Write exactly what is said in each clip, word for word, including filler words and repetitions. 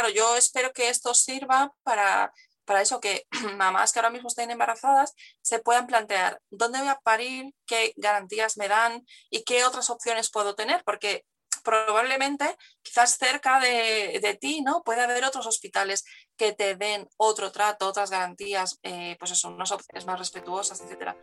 claro, yo espero que esto sirva para, para eso, que mamás que ahora mismo estén embarazadas se puedan plantear dónde voy a parir, qué garantías me dan y qué otras opciones puedo tener, porque probablemente quizás cerca de, de ti, ¿no? Puede haber otros hospitales que te den otro trato, otras garantías, eh, pues eso, unas opciones más respetuosas, etcétera.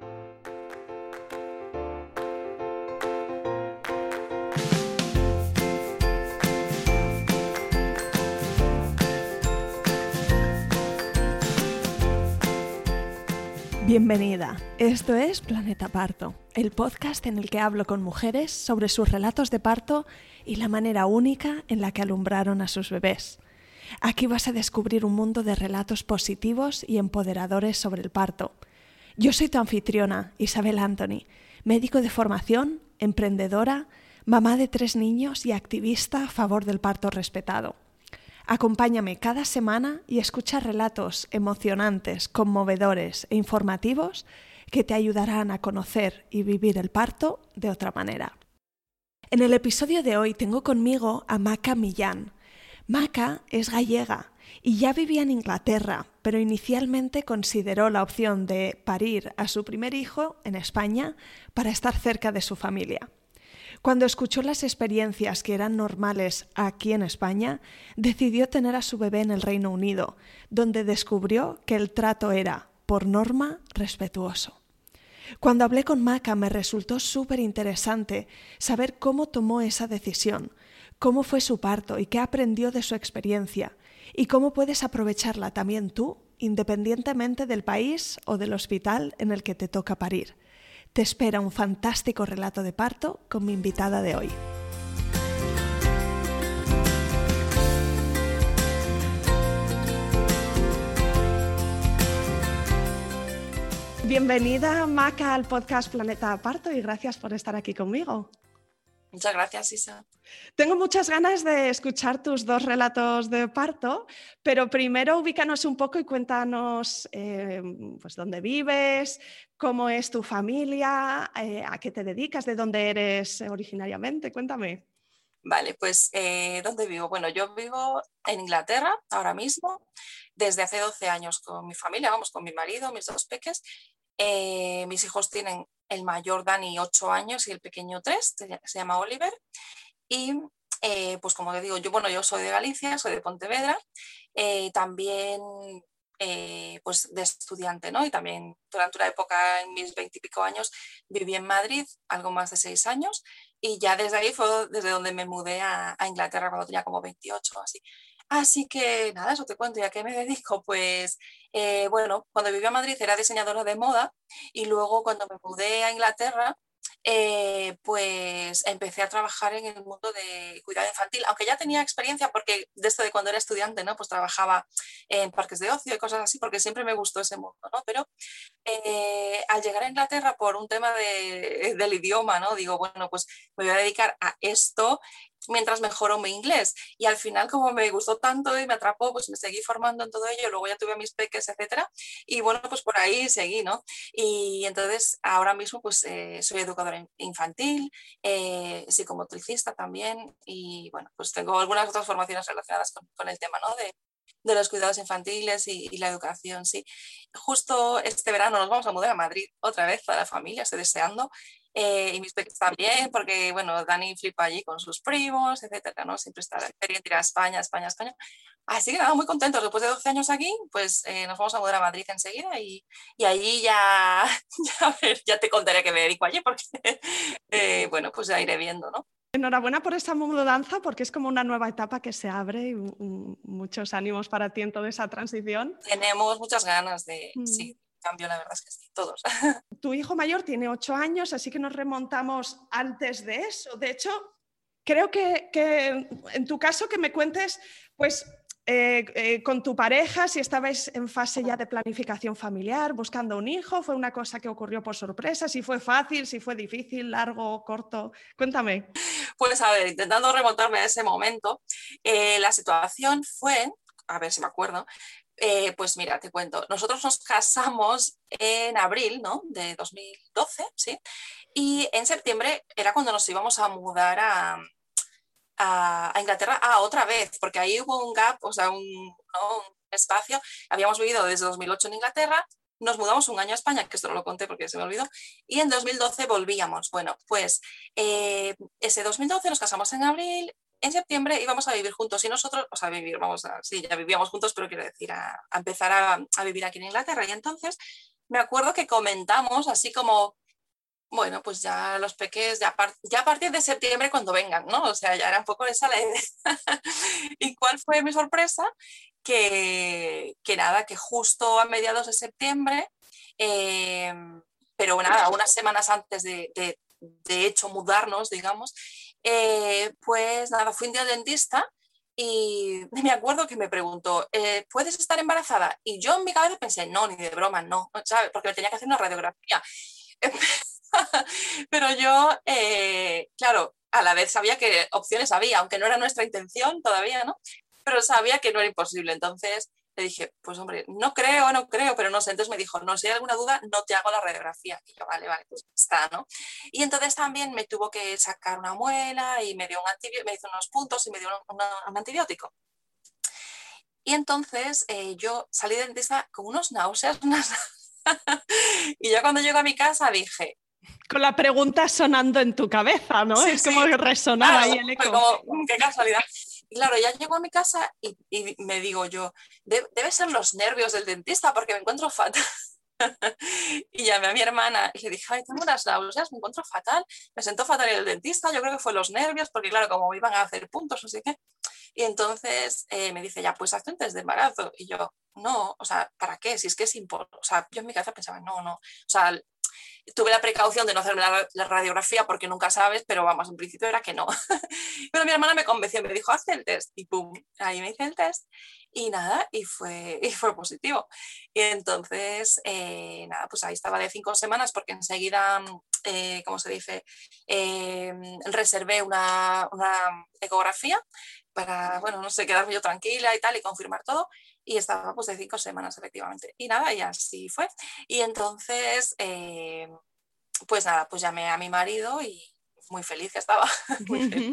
Bienvenida, esto es Planeta Parto, el podcast en el que hablo con mujeres sobre sus relatos de parto y la manera única en la que alumbraron a sus bebés. Aquí vas a descubrir un mundo de relatos positivos y empoderadores sobre el parto. Yo soy tu anfitriona, Isabel Anthony, médico de formación, emprendedora, mamá de tres niños y activista a favor del parto respetado. Acompáñame cada semana y escucha relatos emocionantes, conmovedores e informativos que te ayudarán a conocer y vivir el parto de otra manera. En el episodio de hoy tengo conmigo a Maca Millán. Maca es gallega y ya vivía en Inglaterra, pero inicialmente consideró la opción de parir a su primer hijo en España para estar cerca de su familia. Cuando escuchó las experiencias que eran normales aquí en España, decidió tener a su bebé en el Reino Unido, donde descubrió que el trato era, por norma, respetuoso. Cuando hablé con Maca me resultó súper interesante saber cómo tomó esa decisión, cómo fue su parto y qué aprendió de su experiencia, y cómo puedes aprovecharla también tú, independientemente del país o del hospital en el que te toca parir. Te espera un fantástico relato de parto con mi invitada de hoy. Bienvenida, Maca, al podcast Planeta Parto y gracias por estar aquí conmigo. Muchas gracias, Isa. Tengo muchas ganas de escuchar tus dos relatos de parto, pero primero ubícanos un poco y cuéntanos eh, pues, dónde vives, cómo es tu familia, eh, a qué te dedicas, de dónde eres originariamente. Cuéntame. Vale, pues eh, ¿dónde vivo? Bueno, yo vivo en Inglaterra ahora mismo, desde hace doce años con mi familia, vamos, con mi marido, mis dos peques. Eh, mis hijos tienen el mayor Dani ocho años y el pequeño tres, se llama Oliver. Y eh, pues como te digo, yo, bueno, yo soy de Galicia, soy de Pontevedra, eh, también eh, pues de estudiante, ¿no? Y también durante una época, en mis veintipico años, viví en Madrid, algo más de seis años, y ya desde ahí fue desde donde me mudé a, a Inglaterra cuando tenía como veintiocho o así. Así que nada, eso te cuento. ¿Y a qué me dedico? Pues eh, bueno, cuando vivía en Madrid era diseñadora de moda y luego cuando me mudé a Inglaterra, eh, pues empecé a trabajar en el mundo de cuidado infantil, aunque ya tenía experiencia porque de esto de cuando era estudiante, ¿no? Pues trabajaba en parques de ocio y cosas así porque siempre me gustó ese mundo, ¿no? Pero eh, al llegar a Inglaterra por un tema de, del idioma, ¿no? Digo, bueno, pues me voy a dedicar a esto mientras mejoro mi inglés. Y al final, como me gustó tanto y me atrapó, pues me seguí formando en todo ello, luego ya tuve a mis peques, etcétera. Y bueno, pues por ahí seguí, ¿no? Y entonces ahora mismo pues eh, soy educadora infantil, eh, psicomotricista también y bueno, pues tengo algunas otras formaciones relacionadas con, con el tema, ¿no? De, de los cuidados infantiles y, y la educación, sí. Justo este verano nos vamos a mudar a Madrid otra vez para la familia, estoy deseando. Eh, y mis peques también, porque bueno, Dani flipa allí con sus primos, etcétera, ¿no? Siempre está queriendo ir a España, España, España. Así que nada, muy contentos. Después de doce años aquí, pues eh, nos vamos a mudar a Madrid enseguida y, y allí ya, ya, a ver, ya te contaré que me dedico allí, porque eh, bueno, pues ya iré viendo, ¿no? Enhorabuena por esta mudanza, porque es como una nueva etapa que se abre y um, muchos ánimos para ti en toda esa transición. Tenemos muchas ganas de, Mm. sí, cambio, la verdad es que sí, todos. Tu hijo mayor tiene ocho años, así que nos remontamos antes de eso. De hecho, creo que, que en tu caso que me cuentes, pues, eh, eh, con tu pareja, si estabais en fase ya de planificación familiar, buscando un hijo, fue una cosa que ocurrió por sorpresa, si fue fácil, si fue difícil, largo, corto. Cuéntame. Pues a ver, intentando remontarme a ese momento, eh, la situación fue, a ver si me acuerdo, eh, pues mira, te cuento, nosotros nos casamos en abril, ¿no? De dos mil doce, ¿sí? Y en septiembre era cuando nos íbamos a mudar a, a, a Inglaterra, ah, otra vez, porque ahí hubo un gap, o sea, un, ¿no? un espacio. Habíamos vivido desde dos mil ocho en Inglaterra, nos mudamos un año a España, que esto no lo conté porque se me olvidó, y en dos mil doce volvíamos. Bueno, pues eh, ese dos mil doce nos casamos en abril, en septiembre íbamos a vivir juntos y nosotros, o sea, vivir, vamos a, sí, ya vivíamos juntos, pero quiero decir, a, a empezar a, a vivir aquí en Inglaterra. Y entonces me acuerdo que comentamos así como, bueno, pues ya los peques, ya, par ya a partir de septiembre cuando vengan, ¿no? O sea, ya era un poco esa la idea. ¿Y cuál fue mi sorpresa? Que, que nada, que justo a mediados de septiembre, eh, pero nada, unas semanas antes de, de, de hecho mudarnos, digamos, eh, pues nada, fui un día al dentista y me acuerdo que me preguntó, eh, ¿puedes estar embarazada? Y yo en mi cabeza pensé, no, ni de broma, no, ¿sabes? Porque me tenía que hacer una radiografía. Pero yo, eh, claro, a la vez sabía que opciones había, aunque no era nuestra intención todavía, ¿no? Pero sabía que no era imposible. Entonces le dije, pues hombre, no creo, no creo, pero no sé. Entonces me dijo, no, si hay alguna duda, no te hago la radiografía. Y yo, vale, vale, pues está, ¿no? Y entonces también me tuvo que sacar una muela y me dio un antibiótico, me hizo unos puntos y me dio un, una, un antibiótico. Y entonces eh, yo salí de dentista con unos náuseas, unas... y yo cuando llego a mi casa dije, con la pregunta sonando en tu cabeza, ¿no? sí, Es sí, como que resonaba claro, ahí el eco. como, qué casualidad. Y claro, ya llego a mi casa y, y me digo yo, de, debe ser los nervios del dentista porque me encuentro fatal. Y llamé a mi hermana y le dije, ay, tengo unas náuseas, me encuentro fatal, me siento fatal en el dentista, yo creo que fue los nervios, porque claro, como me iban a hacer puntos, no sé qué. Y entonces eh, me dice, ya, pues hazte un test de embarazo. Y yo, no, o sea, ¿para qué? Si es que es importante. O sea, yo en mi cabeza pensaba, no, no. O sea, tuve la precaución de no hacerme la, la radiografía porque nunca sabes, pero vamos, en principio era que no. Pero mi hermana me convenció, me dijo, hazte el test. Y pum, ahí me hice el test y nada, y fue, y fue positivo. Y entonces, eh, nada, pues ahí estaba de cinco semanas porque enseguida, eh, ¿cómo se dice? Eh, reservé una, una ecografía para, bueno, no sé, quedarme yo tranquila y tal y confirmar todo. Y estaba pues de cinco semanas efectivamente. Y nada, y así fue. Y entonces, eh, pues nada, pues llamé a mi marido y muy feliz que estaba. Muy feliz.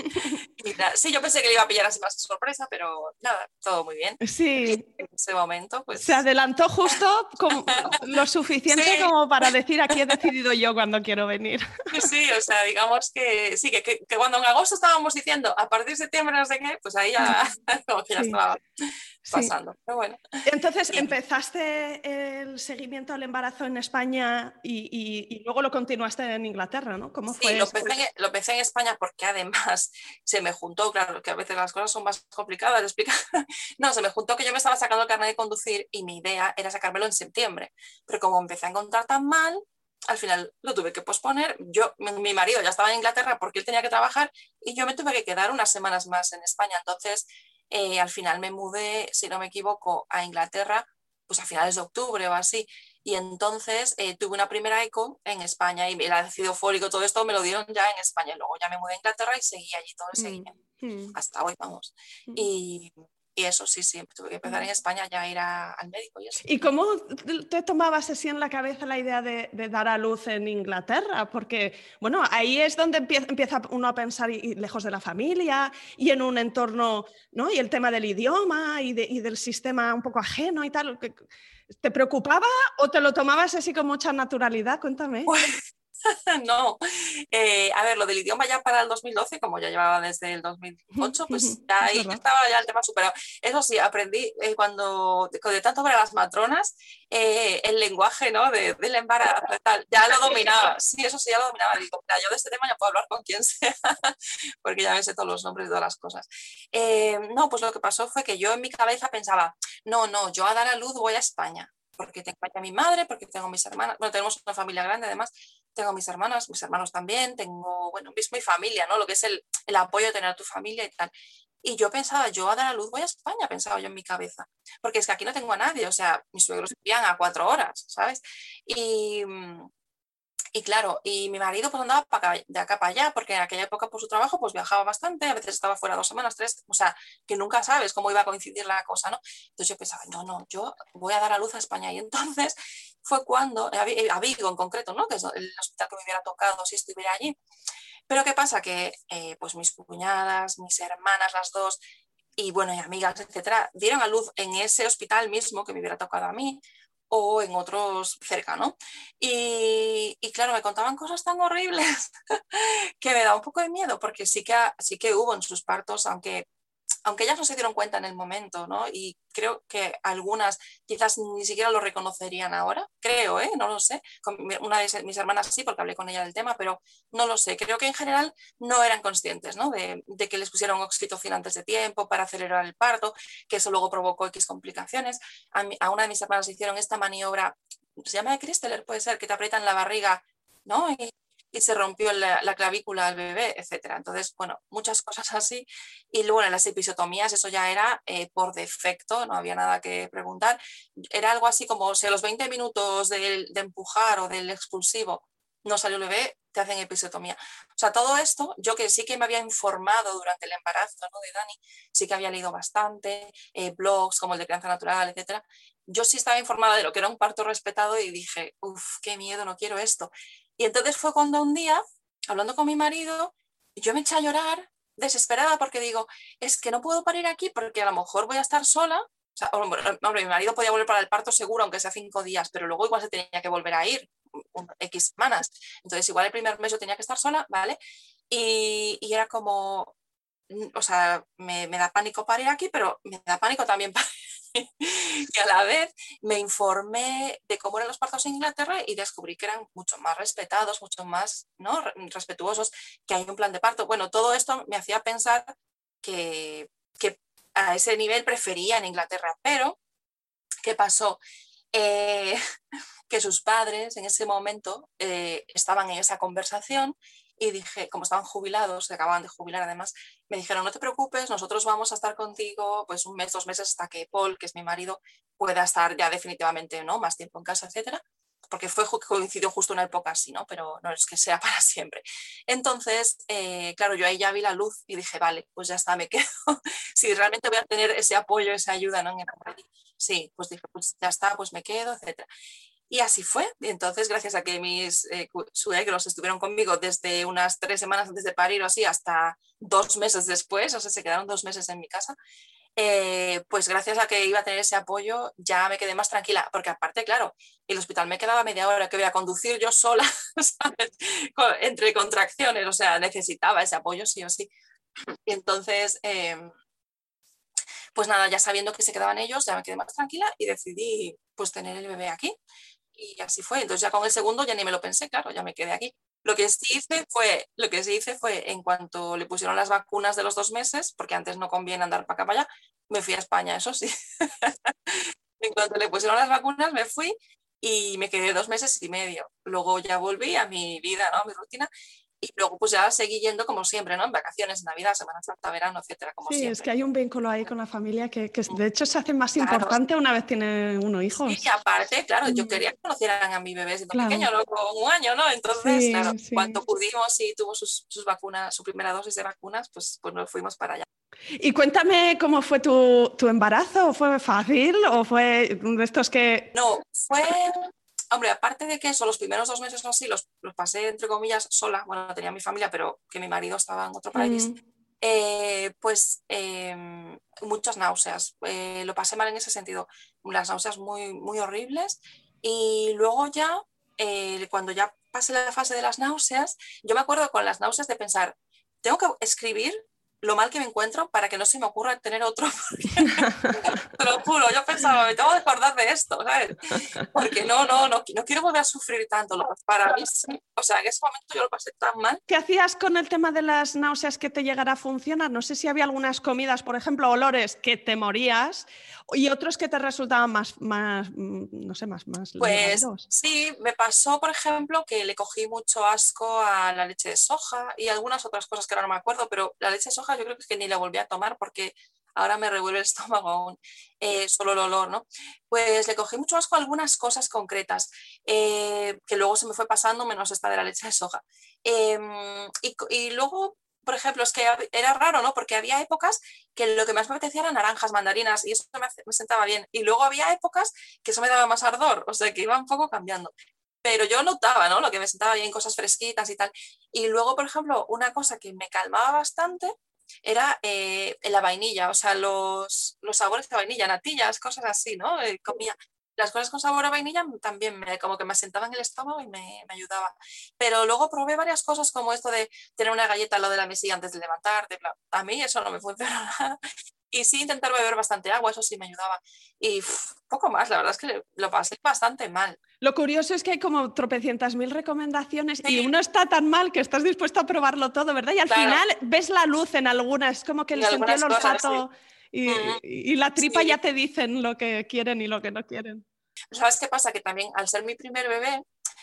Y nada, sí, yo pensé que le iba a pillar así más sorpresa, pero nada, todo muy bien. Sí. Y en ese momento, pues... Se adelantó justo con lo suficiente sí. como para decir, aquí he decidido yo cuando quiero venir. Sí, o sea, digamos que sí, que, que, que cuando en agosto estábamos diciendo a partir de septiembre no sé qué, pues ahí ya, como que ya Sí. estaba Sí. pasando. Pero bueno. Entonces, Y, empezaste el seguimiento al embarazo en España y, y, y luego lo continuaste en Inglaterra, ¿no? ¿Cómo sí, fue lo eso? empecé, en, lo empecé en España porque además se me juntó, claro, que a veces las cosas son más complicadas de explicar. No, se me juntó que yo me estaba sacando el carnet de conducir y mi idea era sacármelo en septiembre. Pero como empecé a encontrar tan mal, al final lo tuve que posponer. Yo, mi marido ya estaba en Inglaterra porque él tenía que trabajar y yo me tuve que quedar unas semanas más en España. Entonces, eh, al final me mudé, si no me equivoco, a Inglaterra, pues a finales de octubre o así. Y entonces eh, tuve una primera eco en España y el ácido fólico, todo esto me lo dieron ya en España. Luego ya me mudé a Inglaterra y seguí allí todo el Mm, seguimiento. mm, Hasta hoy, vamos. mm, Y, y eso sí, sí, tuve que empezar en mm. España ya a ir a, al médico y eso. ¿Y cómo te tomabas así en la cabeza la idea de, de dar a luz en Inglaterra? Porque, bueno, ahí es donde empieza, empieza uno a pensar y, y lejos de la familia y en un entorno, ¿no? Y el tema del idioma y, de, y del sistema un poco ajeno y tal. ¿Te preocupaba o te lo tomabas así con mucha naturalidad? Cuéntame. Pues, no, eh, a ver, lo del idioma ya para el dos mil doce, como ya llevaba desde el dos mil ocho, pues ya Es ahí verdad. estaba ya el tema superado. Eso sí, aprendí eh, cuando, de, de tanto ver a las matronas, eh, el lenguaje, ¿no? De, del embarazo y tal, ya lo dominaba. Sí, eso sí, ya lo dominaba. Digo, mira, yo de este tema ya puedo hablar con quien sea, porque ya me sé todos los nombres de todas las cosas. Eh, no, pues lo que pasó fue que yo en mi cabeza pensaba, no, no, yo a dar a luz voy a España porque tengo a mi madre, porque tengo mis hermanas, bueno, tenemos una familia grande además, tengo mis hermanas, mis hermanos también, tengo, bueno, es mi familia, ¿no? Lo que es el, el apoyo de tener a tu familia y tal. Y yo pensaba, yo a dar a luz voy a España, pensaba yo en mi cabeza, porque es que aquí no tengo a nadie, o sea, mis suegros vivían a cuatro horas, ¿sabes? Y, y claro, y mi marido pues andaba para acá, de acá para allá, porque en aquella época por su trabajo pues viajaba bastante, a veces estaba fuera dos semanas, tres, o sea, que nunca sabes cómo iba a coincidir la cosa, ¿no? Entonces yo pensaba, no, no, yo voy a dar a luz a España. Y entonces fue cuando, a Vigo en concreto, ¿no? Que es el hospital que me hubiera tocado si estuviera allí. Pero ¿qué pasa? Que eh, pues mis cuñadas, mis hermanas, las dos, y bueno, y amigas, etcétera, dieron a luz en ese hospital mismo que me hubiera tocado a mí o en otros cerca, ¿no? Y, y claro, me contaban cosas tan horribles que me da un poco de miedo, porque sí que, sí que hubo en sus partos, aunque aunque ellas no se dieron cuenta en el momento, ¿no? Y creo que algunas quizás ni siquiera lo reconocerían ahora, creo, ¿eh? No lo sé. Con una de mis hermanas sí, porque hablé con ella del tema, pero no lo sé. Creo que en general no eran conscientes, ¿no? De, de que les pusieron oxitocina antes de tiempo para acelerar el parto, que eso luego provocó X complicaciones. A, mi, a una de mis hermanas hicieron esta maniobra, se llama de Christeler, puede ser, que te aprietan la barriga, ¿no? Y, y se rompió la, la clavícula al bebé, etcétera. Entonces, bueno, muchas cosas así. Y luego en las episiotomías eso ya era eh, por defecto, no había nada que preguntar. Era algo así como si a los veinte minutos de, de empujar o del expulsivo no salió el bebé, te hacen episiotomía. O sea, todo esto, yo que sí que me había informado durante el embarazo, ¿no?, de Dani, sí que había leído bastante, eh, blogs como el de Crianza Natural, etcétera. Yo sí estaba informada de lo que era un parto respetado y dije, uff, qué miedo, no quiero esto. Y entonces fue cuando un día, hablando con mi marido, yo me eché a llorar desesperada porque digo, es que no puedo parir aquí porque a lo mejor voy a estar sola. O sea, hombre, mi marido podía volver para el parto seguro, aunque sea cinco días, pero luego igual se tenía que volver a ir un, X semanas. Entonces, igual el primer mes yo tenía que estar sola, ¿vale? Y, y era como, o sea, me, me da pánico parir aquí, pero me da pánico también parir. Y a la vez me informé de cómo eran los partos en Inglaterra y descubrí que eran mucho más respetados, mucho más, ¿no?, respetuosos, que hay un plan de parto. Bueno, todo esto me hacía pensar que, que a ese nivel prefería en Inglaterra, pero ¿qué pasó? Eh, que sus padres en ese momento eh, estaban en esa conversación y dije, como estaban jubilados, se acababan de jubilar además, me dijeron, no te preocupes, nosotros vamos a estar contigo pues un mes, dos meses hasta que Paul, que es mi marido, pueda estar ya definitivamente, ¿no?, más tiempo en casa, etcétera, porque fue, coincidió justo una época así, ¿no?, pero no es que sea para siempre. Entonces, eh, claro, yo ahí ya vi la luz y dije, vale, pues ya está, me quedo. Si realmente voy a tener ese apoyo, esa ayuda, ¿no?, en el sí, pues dije, pues ya está, pues me quedo, etcétera. Y así fue. Y entonces, gracias a que mis eh, suegros estuvieron conmigo desde unas tres semanas antes de parir o así hasta dos meses después, o sea, se quedaron dos meses en mi casa, eh, pues gracias a que iba a tener ese apoyo ya me quedé más tranquila, porque aparte, claro, el hospital me quedaba media hora que voy a conducir yo sola, ¿sabes?, entre contracciones, o sea, necesitaba ese apoyo sí o sí. Y entonces... Eh, pues nada, ya sabiendo que se quedaban ellos, ya me quedé más tranquila y decidí pues tener el bebé aquí. Y así fue. Entonces ya con el segundo ya ni me lo pensé, claro, ya me quedé aquí. Lo que sí hice fue, lo que sí hice fue, en cuanto le pusieron las vacunas de los dos meses, porque antes no conviene andar para acá para allá, me fui a España, eso sí. En cuanto le pusieron las vacunas me fui y me quedé dos meses y medio. Luego ya volví a mi vida, ¿no?, a mi rutina. Y luego pues ya seguí yendo como siempre, ¿no?, en vacaciones, Navidad, Semana Santa, verano, etcétera, como Sí, es siempre. que hay un vínculo ahí con la familia que, que de hecho se hace más Claro, importante una vez tiene uno sí, y hijos. aparte, claro, yo Mm, quería que conocieran a mi bebé siendo claro, pequeño, ¿no?, con un año, ¿no? Entonces, claro, sí, sí. cuando pudimos y tuvo sus, sus vacunas, su primera dosis de vacunas, pues, pues nos fuimos para allá. Y cuéntame cómo fue tu, tu embarazo. ¿Fue fácil o fue de estos que... No, fue, hombre, aparte de que eso, los primeros dos meses o así los, los pasé, entre comillas, sola, bueno, tenía mi familia, pero que mi marido estaba en otro país, Mm, eh, pues eh, muchas náuseas. Eh, lo pasé mal en ese sentido, las náuseas muy, muy horribles. Y luego ya, eh, cuando ya pasé la fase de las náuseas, yo me acuerdo con las náuseas de pensar, tengo que escribir lo mal que me encuentro para que no se me ocurra tener otro. Te lo juro, yo pensaba, me tengo que acordar de esto, ¿sabes? Porque no, no, no, no quiero volver a sufrir tanto. Para mí, sí. O sea, en ese momento yo lo pasé tan mal. ¿Qué hacías con el tema de las náuseas que te llegara a funcionar? No sé si había algunas comidas, por ejemplo, olores que te morías y otros que te resultaban más, más no sé, más, más Pues llevaderos. sí, me pasó, por ejemplo, que le cogí mucho asco a la leche de soja y algunas otras cosas que ahora no me acuerdo, pero la leche de soja yo creo que, es que ni la volví a tomar porque ahora me revuelve el estómago aún, eh, solo el olor, ¿no? Pues le cogí mucho asco a algunas cosas concretas, eh, que luego se me fue pasando, menos esta de la leche de soja. Eh, y, y luego, por ejemplo, es que era raro, ¿no? Porque había épocas que lo que más me apetecía eran naranjas, mandarinas, y eso me, me sentaba bien. Y luego había épocas que eso me daba más ardor, o sea que iba un poco cambiando. pero yo notaba, ¿no? Lo que me sentaba bien, cosas fresquitas y tal. Y luego, por ejemplo, una cosa que me calmaba bastante era eh, la vainilla, o sea, los, los sabores de vainilla, natillas, cosas así, ¿no? Eh, comía las cosas con sabor a vainilla también me, como que me asentaban en el estómago y me, me ayudaba. Pero luego probé varias cosas como esto de tener una galleta al lado de la mesilla antes de levantarte. A mí eso no me funciona nada. Y sí intentar beber bastante agua, eso sí me ayudaba. Y uf, poco más, la verdad es que lo pasé bastante mal. Lo curioso es que hay como tropecientas mil recomendaciones y Sí, uno está tan mal que estás dispuesto a probarlo todo, ¿verdad? Y al claro, final ves la luz en algunas, como que en el sentido del algunas cosas, sí. olfato y, Mm, y- y la tripa ya sí. te dicen lo que quieren y lo que no quieren. ¿Sabes qué pasa? Que también al ser mi primer bebé,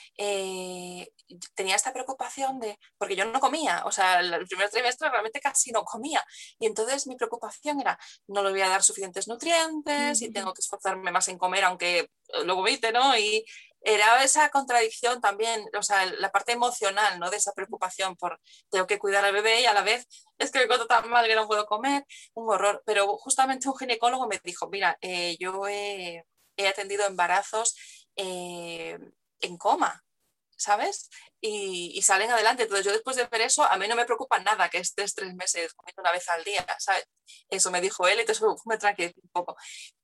eh, tenía esta preocupación de, porque yo no comía, o sea, el primer trimestre realmente casi no comía. Y entonces mi preocupación era, no le voy a dar suficientes nutrientes y tengo que esforzarme más en comer, aunque lo vomite, ¿no? Y era esa contradicción también, o sea, la parte emocional, ¿no? De esa preocupación por, tengo que cuidar al bebé y a la vez es que me encuentro tan mal que no puedo comer, un horror. Pero justamente un ginecólogo me dijo, mira, eh, yo he, he atendido embarazos eh, en coma, ¿sabes? Y, y, salen adelante. Entonces yo después de ver eso, a mí no me preocupa nada que estés tres meses comiendo una vez al día, ¿sabes? Eso me dijo él, entonces me tranquilizó un poco.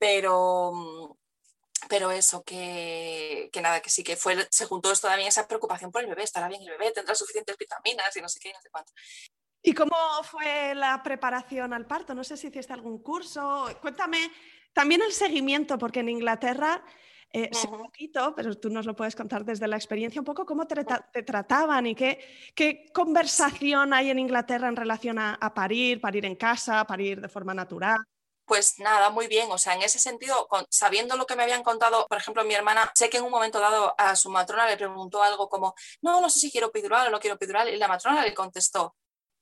Pero, pero eso, que, que nada, que sí que fue, se juntó esto también, esa preocupación por el bebé, estará bien el bebé, tendrá suficientes vitaminas y no sé qué, no sé cuánto. ¿Y cómo fue la preparación al parto? No sé si hiciste algún curso. Cuéntame también el seguimiento, porque en Inglaterra eh, sé un Uh-huh. poquito, pero tú nos lo puedes contar desde la experiencia, un poco cómo te, te trataban y qué, qué conversación sí. hay en Inglaterra en relación a, a parir, parir en casa, parir de forma natural. Pues nada, muy bien. O sea, en ese sentido, con, sabiendo lo que me habían contado, por ejemplo, mi hermana, sé que en un momento dado a su matrona le preguntó algo como, no, no sé si quiero epidural o no quiero epidural, y la matrona le contestó,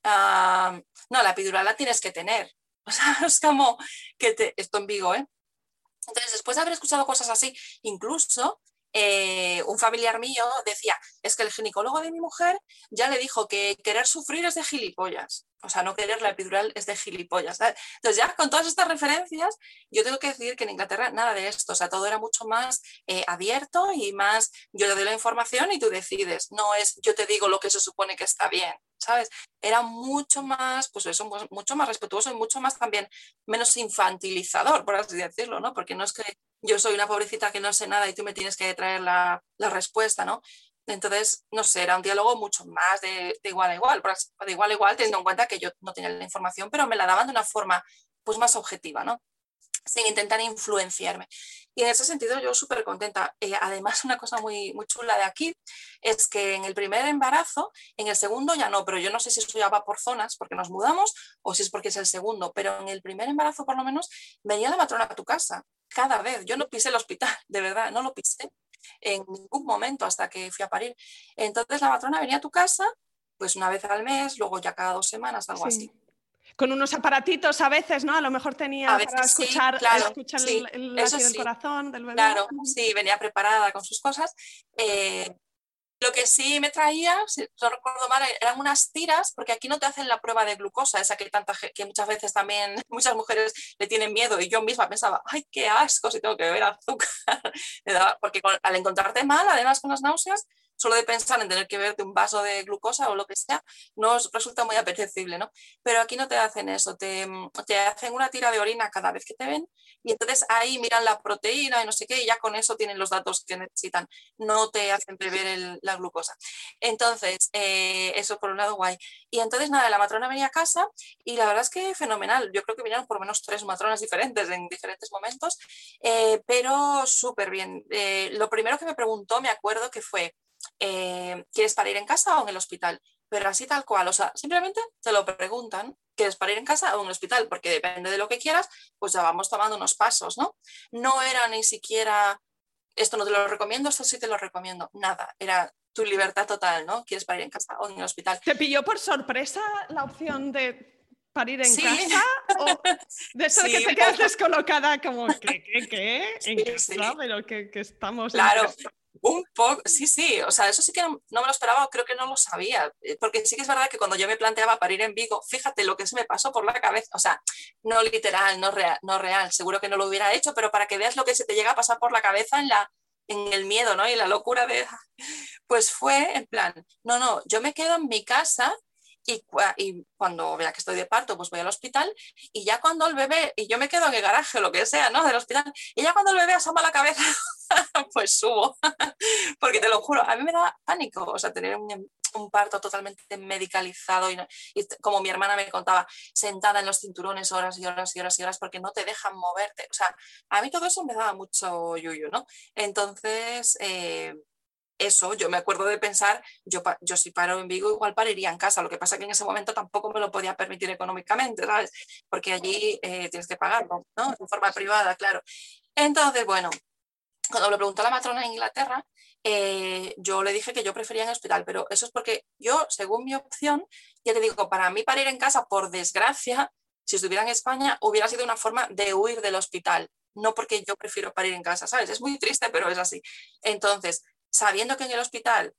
ah, no, la epidural la tienes que tener. O sea, es como que te, esto en Vigo, ¿eh? Entonces, después de haber escuchado cosas así, incluso eh, un familiar mío decía, es que el ginecólogo de mi mujer ya le dijo que querer sufrir es de gilipollas. O sea, no querer la epidural es de gilipollas. ¿Sabes? Entonces, ya con todas estas referencias, yo tengo que decir que en Inglaterra nada de esto. O sea, todo era mucho más eh, abierto y más, yo te doy la información y tú decides. No es, yo te digo lo que se supone que está bien. ¿Sabes? Era mucho más, pues eso, mucho más respetuoso y mucho más también menos infantilizador, por así decirlo, ¿no? Porque no es que yo soy una pobrecita que no sé nada y tú me tienes que traer la, la respuesta, ¿no? Entonces, no sé, era un diálogo mucho más de, de igual a igual, de igual a igual, teniendo en cuenta que yo no tenía la información, pero me la daban de una forma pues más objetiva, ¿no? Sin intentar influenciarme. Y en ese sentido yo súper contenta. Eh, además, una cosa muy, muy chula de aquí es que en el primer embarazo, en el segundo ya no, pero yo no sé si eso ya va por zonas porque nos mudamos o si es porque es el segundo, pero en el primer embarazo por lo menos venía la matrona a tu casa cada vez. Yo no pisé el hospital, de verdad, no lo pisé en ningún momento hasta que fui a parir. Entonces la matrona venía a tu casa pues una vez al mes, luego ya cada dos semanas, algo Sí. así. Con unos aparatitos a veces, ¿no? A lo mejor A tenía para veces sí, escuchar, claro, escuchar el, sí, el eso latido del sí. corazón del bebé. Claro, sí, venía preparada con sus cosas. Eh, lo que sí me traía, si no recuerdo mal, eran unas tiras, porque aquí no te hacen la prueba de glucosa, esa que, tanta, que muchas veces también muchas mujeres le tienen miedo y yo misma pensaba, ay, qué asco si tengo que beber azúcar. Porque al encontrarte mal, además con las náuseas, solo de pensar en tener que beberte un vaso de glucosa o lo que sea, nos resulta muy apetecible, ¿no? Pero aquí no te hacen eso, te, te hacen una tira de orina cada vez que te ven y entonces ahí miran la proteína y no sé qué y ya con eso tienen los datos que necesitan, no te hacen beber el, la glucosa. Entonces, eh, eso por un lado guay. Y entonces nada, la matrona venía a casa y la verdad es que fenomenal, yo creo que vinieron por lo menos tres matronas diferentes en diferentes momentos, eh, pero súper bien. Eh, lo primero que me preguntó, me acuerdo que fue, eh, ¿quieres parir en casa o en el hospital? Pero así tal cual, o sea, simplemente te lo preguntan, ¿quieres parir en casa o en el hospital? Porque depende de lo que quieras, pues ya vamos tomando unos pasos, ¿no? No era ni siquiera, esto no te lo recomiendo, esto sí te lo recomiendo, nada, era tu libertad total, ¿no? ¿Quieres parir en casa o en el hospital? ¿Te pilló por sorpresa la opción de parir en Sí, casa? ¿O de eso de que sí, te un quedas poco, descolocada como, ¿qué, qué, qué? ¿En sí, casa? sí, Pero que, que estamos en... claro. Un poco, sí, sí, o sea, eso sí que no, no me lo esperaba, creo que no lo sabía, porque sí que es verdad que cuando yo me planteaba parir en Vigo, fíjate lo que se me pasó por la cabeza, o sea, no literal, no real, no real, seguro que no lo hubiera hecho, pero para que veas lo que se te llega a pasar por la cabeza en la, en el miedo, ¿no? Y la locura de... Pues fue en plan, no, no, yo me quedo en mi casa y, y cuando vea que estoy de parto, pues voy al hospital y ya cuando el bebé, y yo me quedo en el garaje o lo que sea, ¿no? Del hospital, y ya cuando el bebé asoma la cabeza, pues subo. Porque te lo juro, a mí me da pánico, o sea, tener un, un parto totalmente medicalizado y, no, y como mi hermana me contaba, sentada en los cinturones horas y horas y horas y horas porque no te dejan moverte. O sea, a mí todo eso me daba mucho yuyu, ¿no? Entonces... Eh, eso, yo me acuerdo de pensar, yo, yo si paro en Vigo igual pariría en casa, lo que pasa que en ese momento tampoco me lo podía permitir económicamente, ¿sabes? Porque allí eh, tienes que pagarlo, ¿no? De forma privada, claro. Entonces, bueno, cuando le preguntó a la matrona en Inglaterra, eh, yo le dije que yo prefería en el hospital, pero eso es porque yo, según mi opción, ya te digo, para mí parir en casa, por desgracia, si estuviera en España, hubiera sido una forma de huir del hospital, no porque yo prefiero parir en casa, ¿sabes? Es muy triste, pero es así. Entonces, sabiendo que en el hospital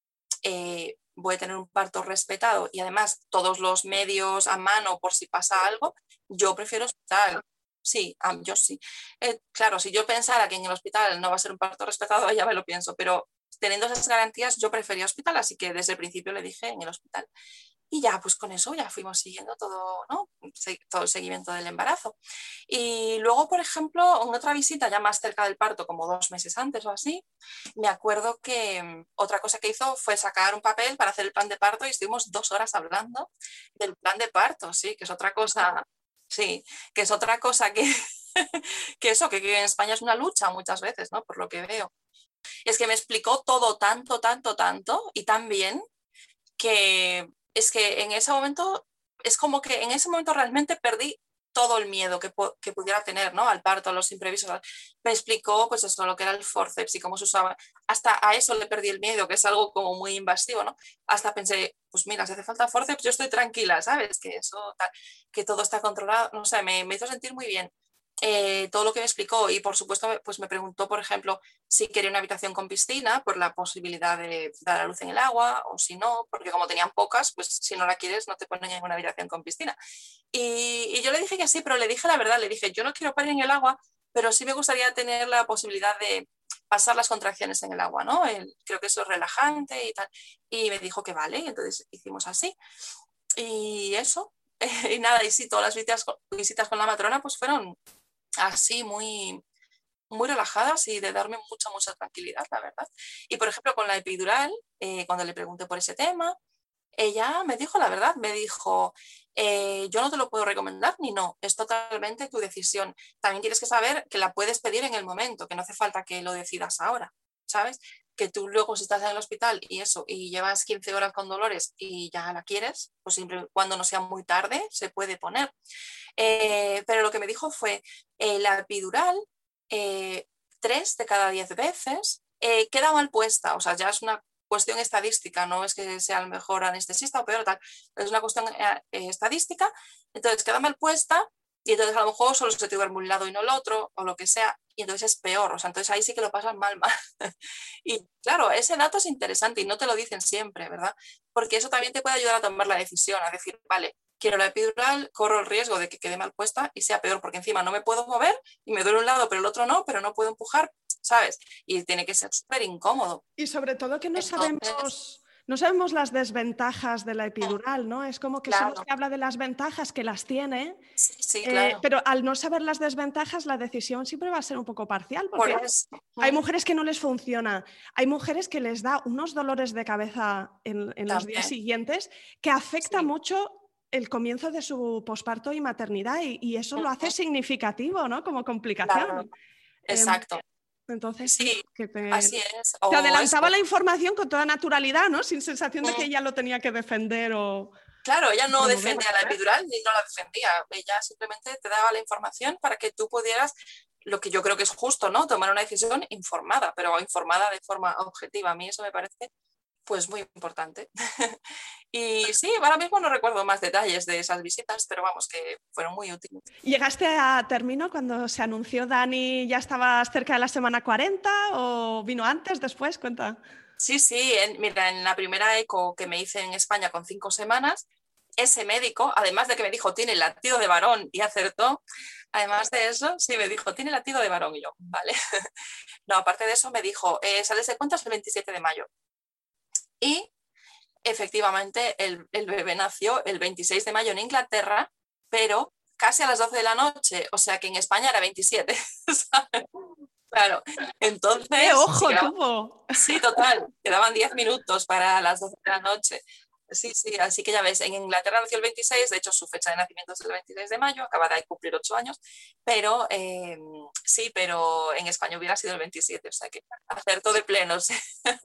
eh, voy a tener un parto respetado y además todos los medios a mano por si pasa algo, yo prefiero hospital. Sí, um, yo sí. Eh, claro, si yo pensara que en el hospital no va a ser un parto respetado, ya me lo pienso, pero teniendo esas garantías, yo prefería hospital, así que desde el principio le dije en el hospital. Y ya, pues con eso ya fuimos siguiendo todo, ¿no? Todo el seguimiento del embarazo. Y luego, por ejemplo, en otra visita ya más cerca del parto, como dos meses antes o así, me acuerdo que otra cosa que hizo fue sacar un papel para hacer el plan de parto y estuvimos dos horas hablando del plan de parto, sí, que es otra cosa, sí, que es otra cosa que, que eso, que, que en España es una lucha muchas veces, ¿no? Por lo que veo. Es que me explicó todo tanto, tanto, tanto y tan bien que es que en ese momento, es como que en ese momento realmente perdí todo el miedo que, que pudiera tener, ¿no? Al parto, a los imprevistos. Me explicó, pues eso, lo que era el forceps y cómo se usaba. Hasta a eso le perdí el miedo, que es algo como muy invasivo, ¿no? Hasta pensé, pues mira, si hace falta forceps, yo estoy tranquila, ¿sabes? Que eso, tal, que todo está controlado. No sé, me, me hizo sentir muy bien. Eh, todo lo que me explicó y por supuesto pues me preguntó, por ejemplo, si quería una habitación con piscina por la posibilidad de dar a luz en el agua o si no, porque como tenían pocas, pues si no la quieres no te ponen en una habitación con piscina. Y, y yo le dije que sí, pero le dije la verdad, le dije yo no quiero parir en el agua, pero sí me gustaría tener la posibilidad de pasar las contracciones en el agua, ¿no? El, creo que eso es relajante y tal. Y me dijo que vale, y entonces hicimos así. Y eso, y nada, y sí, todas las visitas, visitas con la matrona pues fueron así muy, muy relajadas y de darme mucha, mucha tranquilidad, la verdad. Y por ejemplo, con la epidural, eh, cuando le pregunté por ese tema, ella me dijo la verdad, me dijo, eh, yo no te lo puedo recomendar ni no, es totalmente tu decisión. También tienes que saber que la puedes pedir en el momento, que no hace falta que lo decidas ahora, ¿sabes? Que tú luego si estás en el hospital y eso, y llevas quince horas con dolores y ya la quieres, pues siempre cuando no sea muy tarde se puede poner. Eh, pero lo que me dijo fue, eh, la epidural, eh, tres de cada diez veces eh, queda mal puesta, o sea, ya es una cuestión estadística, no es que sea el mejor anestesista o peor, tal, es una cuestión eh, estadística, entonces queda mal puesta y entonces a lo mejor solo se te duerme un lado y no el otro, o lo que sea, y entonces es peor, o sea, entonces ahí sí que lo pasan mal, mal. Y claro, ese dato es interesante y no te lo dicen siempre, ¿verdad? Porque eso también te puede ayudar a tomar la decisión, a decir, vale, quiero la epidural, corro el riesgo de que quede mal puesta y sea peor, porque encima no me puedo mover y me duele un lado, pero el otro no, pero no puedo empujar, ¿sabes? Y tiene que ser súper incómodo. Y sobre todo que no Entonces, sabemos... No sabemos las desventajas de la epidural, ¿no? Es como que claro, solo se habla de las ventajas que las tiene, sí, sí, eh, claro. pero al no saber las desventajas, la decisión siempre va a ser un poco parcial, Por porque eso. hay mujeres que no les funciona, hay mujeres que les da unos dolores de cabeza en, en los días También, siguientes que afecta sí. mucho el comienzo de su posparto y maternidad, y, y eso lo hace Ujú, significativo, ¿no? Como claro, complicación. Eh, exacto. entonces sí, Sí, que te, así es. te O adelantaba eso. la información con toda naturalidad, ¿no? Sin sensación de que Mm, ella lo tenía que defender o claro, ella no promover. defendía la epidural ni no la defendía. Ella simplemente te daba la información para que tú pudieras, lo que yo creo que es justo, ¿no? Tomar una decisión informada, pero informada de forma objetiva. A mí eso me parece pues muy importante. Y sí, ahora mismo no recuerdo más detalles de esas visitas, pero vamos, que fueron muy útiles. ¿Llegaste a término cuando se anunció Dani? ¿Ya estabas cerca de la semana cuarenta o vino antes, después? Cuenta. Sí, sí, en, mira, en la primera eco que me hice en España con cinco semanas, ese médico, además de que me dijo, tiene latido de varón y acertó, además de eso, sí me dijo, tiene latido de varón y yo, vale. No, aparte de eso me dijo, eh, sales de cuentas el veintisiete de mayo. Y efectivamente el, el bebé nació el veintiséis de mayo en Inglaterra, pero casi a las doce de la noche, o sea que en España era veintisiete. ¿Sabes? Claro, entonces... ¡Qué ojo sí, quedaba, tuvo! sí, total, quedaban diez minutos para las doce de la noche. Sí, sí, así que ya ves, en Inglaterra nació el veintiséis, de hecho su fecha de nacimiento es el veintiséis de mayo, acaba de cumplir ocho años, pero eh, sí, pero en España hubiera sido el veintisiete, o sea que acertó de pleno, sí.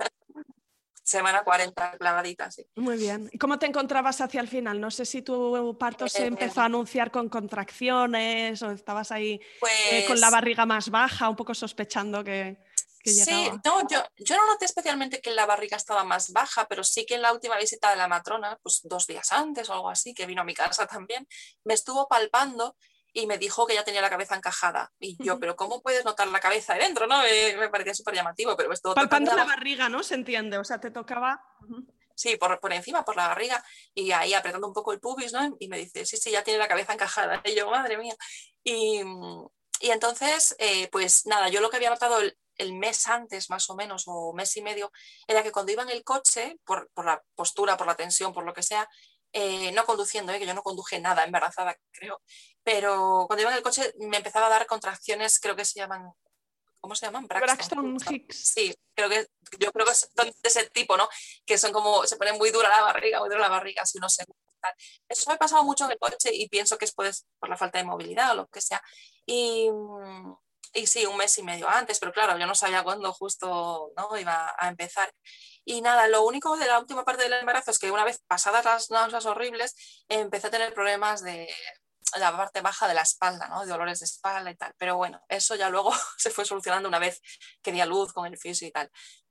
Semana cuarenta clavadita, sí. Muy bien. ¿Y cómo te encontrabas hacia el final? No sé si tu parto se Eh, empezó a anunciar con contracciones o estabas ahí eh, con la pues barriga más baja, un poco sospechando que, que sí, llegaba. no, yo, yo no noté especialmente que la barriga estaba más baja, pero sí que en la última visita de la matrona, pues dos días antes o algo así, que vino a mi casa también, me estuvo palpando y me dijo que ya tenía la cabeza encajada. Y yo, Uh-huh. pero ¿cómo puedes notar la cabeza de dentro? ¿No? Me, me parecía súper llamativo, pero me estuvo tocando Palpando de la abajo. barriga, ¿no? Se entiende, o sea, te tocaba... Uh-huh. Sí, por, por encima, por la barriga, y ahí apretando un poco el pubis, ¿no? Y me dice, sí, sí, ya tiene la cabeza encajada. Y yo, madre mía. Y, y entonces, eh, pues nada, yo lo que había notado el, el mes antes, más o menos, o mes y medio, era que cuando iba en el coche, por, por la postura, por la tensión, por lo que sea, eh, no conduciendo, ¿eh? Que yo no conduje nada embarazada, creo, pero cuando iba en el coche me empezaba a dar contracciones, creo que se llaman, ¿cómo se llaman? Braxton Braxton Hicks. Hicks. Sí, creo que yo creo que son de ese tipo, ¿no? Que son como, se pone muy dura la barriga, muy dura la barriga, si uno se... Eso me ha pasado mucho en el coche y pienso que es pues, por la falta de movilidad o lo que sea. Y, y sí, un mes y medio antes, pero claro, yo no sabía cuándo justo no iba a empezar. Y nada, lo único de la última parte del embarazo es que una vez pasadas las náuseas horribles, empecé a tener problemas de la parte baja de la espalda, ¿no? De dolores de espalda y tal. Pero bueno, eso ya luego se fue solucionando una vez que di a luz con el fisio y tal.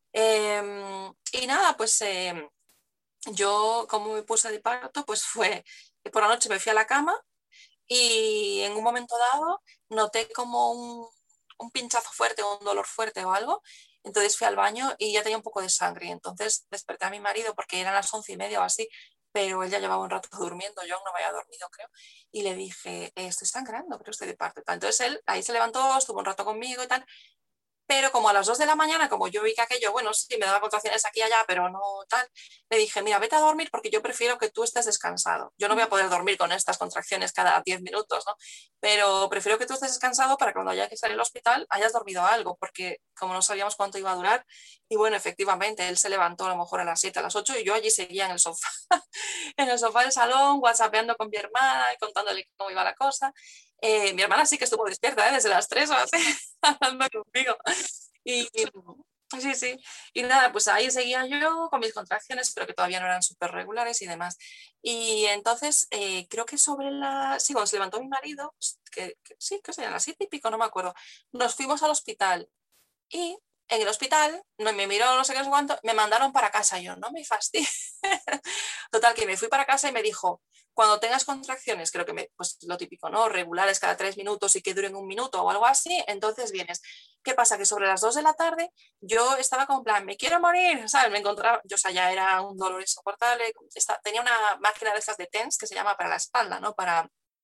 Eh, y nada, pues eh, yo como me puse de parto, pues fue, por la noche me fui a la cama y en un momento dado noté como un, un pinchazo fuerte o un dolor fuerte o algo. Entonces fui al baño y ya tenía un poco de sangre. Entonces desperté a mi marido porque eran las once y media o así, pero él ya llevaba un rato durmiendo, yo aún no me había dormido, creo. Y le dije, eh, estoy sangrando, creo que estoy de parto. Entonces él ahí se levantó, estuvo un rato conmigo y tal. Pero como a las dos de la mañana, como yo vi que aquello, bueno, sí, me daba contracciones aquí y allá, pero no tal, le dije, mira, vete a dormir porque yo prefiero que tú estés descansado. Yo no voy a poder dormir con estas contracciones cada diez minutos, ¿no? Pero prefiero que tú estés descansado para que cuando haya que salir al hospital hayas dormido algo, porque como no sabíamos cuánto iba a durar, y bueno, efectivamente, él se levantó a lo mejor a las siete, a las ocho, y yo allí seguía en el sofá, en el sofá del salón, whatsappeando con mi hermana y contándole cómo iba la cosa. Eh, mi hermana sí que estuvo despierta, ¿eh? Desde las tres o así, hablando conmigo. Y, y sí, sí. Y nada, pues ahí seguía yo con mis contracciones, pero que todavía no eran súper regulares y demás. Y entonces, eh, creo que sobre la... Sí, cuando se levantó mi marido, que, que sí, que serían las siete y pico, no me acuerdo, nos fuimos al hospital y en el hospital no me miró, no sé qué, no sé cuánto, me mandaron para casa. Yo, no me fastidies. Total, que me fui para casa y me dijo, cuando tengas contracciones, creo que me, pues lo típico, ¿no? Regulares cada tres minutos y que duren un minuto o algo así, entonces vienes. ¿Qué pasa? Que sobre las dos de la tarde yo estaba como en plan, me quiero morir, ¿sabes? Me encontraba, yo, o sea, ya era un dolor insoportable. Está, tenía una máquina de estas de TENS que se llama para la espalda, ¿no? Para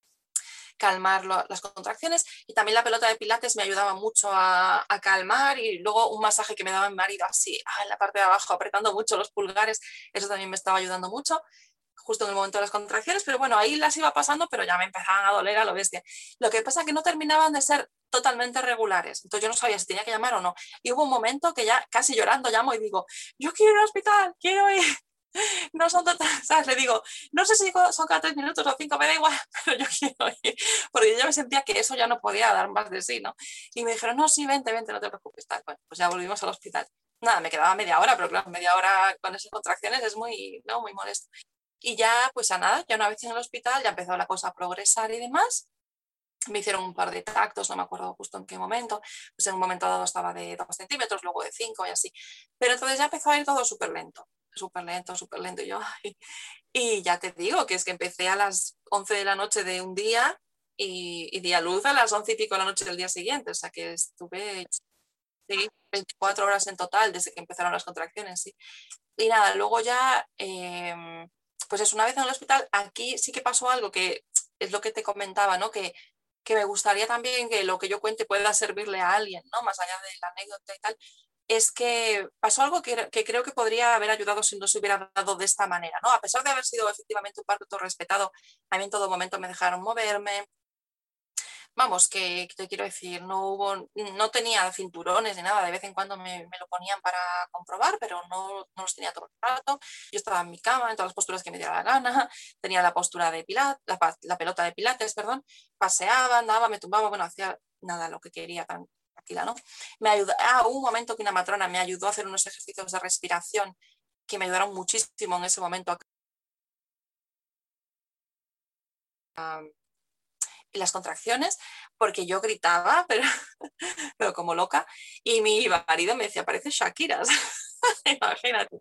calmar lo, las contracciones, y también la pelota de pilates me ayudaba mucho a, a calmar, y luego un masaje que me daba mi marido así ah, en la parte de abajo apretando mucho los pulgares, eso también me estaba ayudando mucho justo en el momento de las contracciones, pero bueno, ahí las iba pasando, pero ya me empezaban a doler a lo bestia. Lo que pasa es que no terminaban de ser totalmente regulares, entonces yo no sabía si tenía que llamar o no, y hubo un momento que ya casi llorando llamo y digo, yo quiero ir al hospital, quiero ir, no son total, ¿sabes? Le digo, no sé si son cada tres minutos o cinco, me da igual, pero yo quiero ir, porque yo ya me sentía que eso ya no podía dar más de sí, ¿no? Y me dijeron, no, sí, vente, vente, no te preocupes, tal. Bueno, pues ya volvimos al hospital. Nada, me quedaba media hora, pero claro, media hora con esas contracciones es muy, no, muy molesto. Y ya, pues a nada, ya una vez en el hospital ya empezó la cosa a progresar y demás. Me hicieron un par de tactos, no me acuerdo justo en qué momento, pues en un momento dado estaba de dos centímetros, luego de cinco y así. Pero entonces ya empezó a ir todo súper lento, súper lento, súper lento. Y yo, ay. Y ya te digo que es que empecé a las once de la noche de un día y, y di a luz a las once y pico de la noche del día siguiente. O sea que estuve, sí, veinticuatro horas en total desde que empezaron las contracciones, sí. Y nada, luego ya... Eh, pues es una vez en el hospital, aquí sí que pasó algo que es lo que te comentaba, ¿no? Que, que me gustaría también que lo que yo cuente pueda servirle a alguien, ¿no? Más allá de la anécdota y tal, es que pasó algo que, que creo que podría haber ayudado si no se hubiera dado de esta manera, ¿no? A pesar de haber sido efectivamente un parto respetado, a mí en todo momento me dejaron moverme. Vamos, que, que te quiero decir, no hubo, no tenía cinturones ni nada, de vez en cuando me, me lo ponían para comprobar, pero no, no los tenía todo el rato. Yo estaba en mi cama, en todas las posturas que me diera la gana, tenía la postura de pilates, la, la pelota de pilates, perdón, paseaba, andaba, me tumbaba, bueno, hacía nada lo que quería tan tranquila, ¿no? Me ayudó, ah, hubo un momento que una matrona me ayudó a hacer unos ejercicios de respiración que me ayudaron muchísimo en ese momento a las contracciones, porque yo gritaba, pero, pero como loca, y mi marido me decía, parece Shakira, imagínate.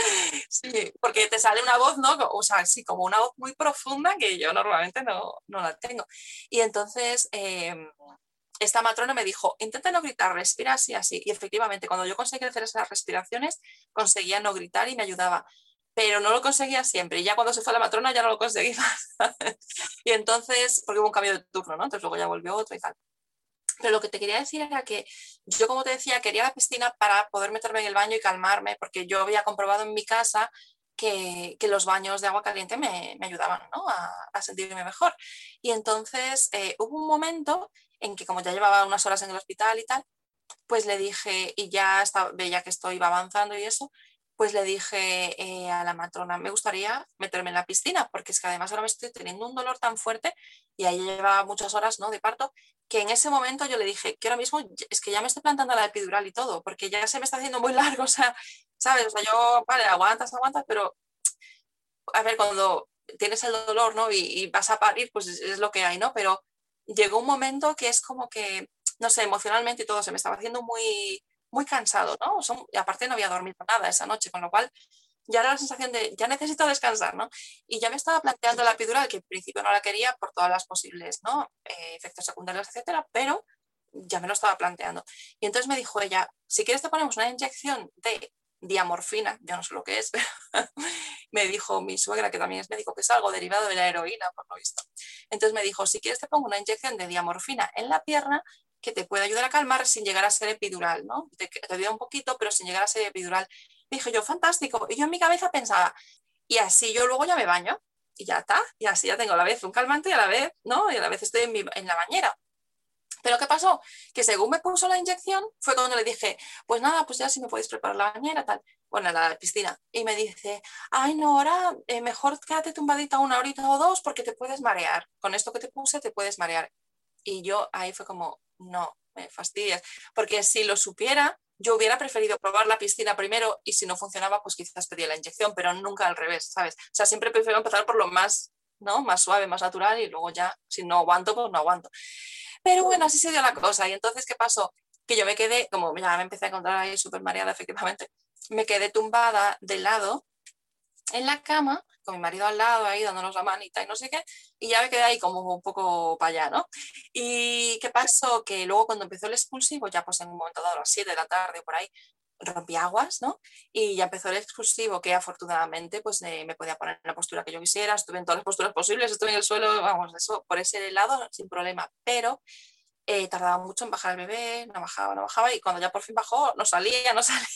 Sí, porque te sale una voz, ¿no? O sea, sí, como una voz muy profunda que yo normalmente no, no la tengo. Y entonces eh, esta matrona me dijo, intenta no gritar, respira así, así. Y efectivamente, cuando yo conseguí hacer esas respiraciones, conseguía no gritar y me ayudaba. Pero no lo conseguía siempre. Y ya cuando se fue la matrona ya no lo conseguí más. Y entonces, porque hubo un cambio de turno, ¿no? Entonces luego ya volvió otro y tal. Pero lo que te quería decir era que yo, como te decía, quería la piscina para poder meterme en el baño y calmarme, porque yo había comprobado en mi casa que, que los baños de agua caliente me, me ayudaban, ¿no? a, a sentirme mejor. Y entonces eh, hubo un momento en que, como ya llevaba unas horas en el hospital y tal, pues le dije, y ya estaba, veía que esto iba avanzando y eso, pues le dije eh, a la matrona, me gustaría meterme en la piscina, porque es que además ahora me estoy teniendo un dolor tan fuerte y ahí lleva muchas horas, ¿no?, de parto, que en ese momento yo le dije que ahora mismo es que ya me estoy plantando la epidural y todo, porque ya se me está haciendo muy largo, o sea, ¿sabes? O sea, yo, vale, aguantas, aguantas, pero a ver, cuando tienes el dolor, ¿no? Y, y vas a parir, pues es, es, lo que hay, ¿no? Pero llegó un momento que es como que, no sé, emocionalmente y todo se me estaba haciendo muy, muy cansado, ¿no? Son, y aparte no había dormido nada esa noche, con lo cual ya era la sensación de, ya necesito descansar, ¿no? Y ya me estaba planteando la epidural, que al principio no la quería por todas las posibles, ¿no? Eh, efectos secundarios, etcétera, pero ya me lo estaba planteando. Y entonces me dijo ella, si quieres te ponemos una inyección de diamorfina, yo no sé lo que es, pero me dijo mi suegra, que también es médico, que es algo derivado de la heroína, por lo visto. Entonces me dijo, si quieres te pongo una inyección de diamorfina en la pierna que te puede ayudar a calmar sin llegar a ser epidural, ¿no? Te, te ayuda un poquito, pero sin llegar a ser epidural. Dije yo, fantástico. Y yo en mi cabeza pensaba, y así yo luego ya me baño, y ya está, y así ya tengo a la vez un calmante y a la vez, ¿no? Y a la vez estoy en, mi, en la bañera. Pero ¿qué pasó? Que según me puso la inyección, fue cuando le dije, pues nada, pues ya si me podéis preparar la bañera, tal, bueno, la piscina. Y me dice, ay, no, ahora eh, mejor quédate tumbadita una horita o dos porque te puedes marear. Con esto que te puse te puedes marear. Y yo ahí fue como, no, me fastidias. Porque si lo supiera, yo hubiera preferido probar la piscina primero y si no funcionaba, pues quizás pedía la inyección, pero nunca al revés, ¿sabes? O sea, siempre prefiero empezar por lo más, ¿no? Más suave, más natural y luego ya, si no aguanto, pues no aguanto. Pero bueno, así se dio la cosa. Y entonces, ¿qué pasó? Que yo me quedé, como ya me empecé a encontrar ahí súper mareada, efectivamente, me quedé tumbada de lado en la cama, con mi marido al lado, ahí dándonos la manita y no sé qué, y ya me quedé ahí como un poco para allá, ¿no? Y ¿qué pasó? Que luego cuando empezó el expulsivo, ya pues en un momento dado, a las siete de la tarde por ahí, rompí aguas, ¿no? Y ya empezó el expulsivo, que afortunadamente pues eh, me podía poner en la postura que yo quisiera, estuve en todas las posturas posibles, estuve en el suelo, vamos, eso por ese lado sin problema, pero eh, tardaba mucho en bajar el bebé, no bajaba, no bajaba, y cuando ya por fin bajó, no salía, no salía.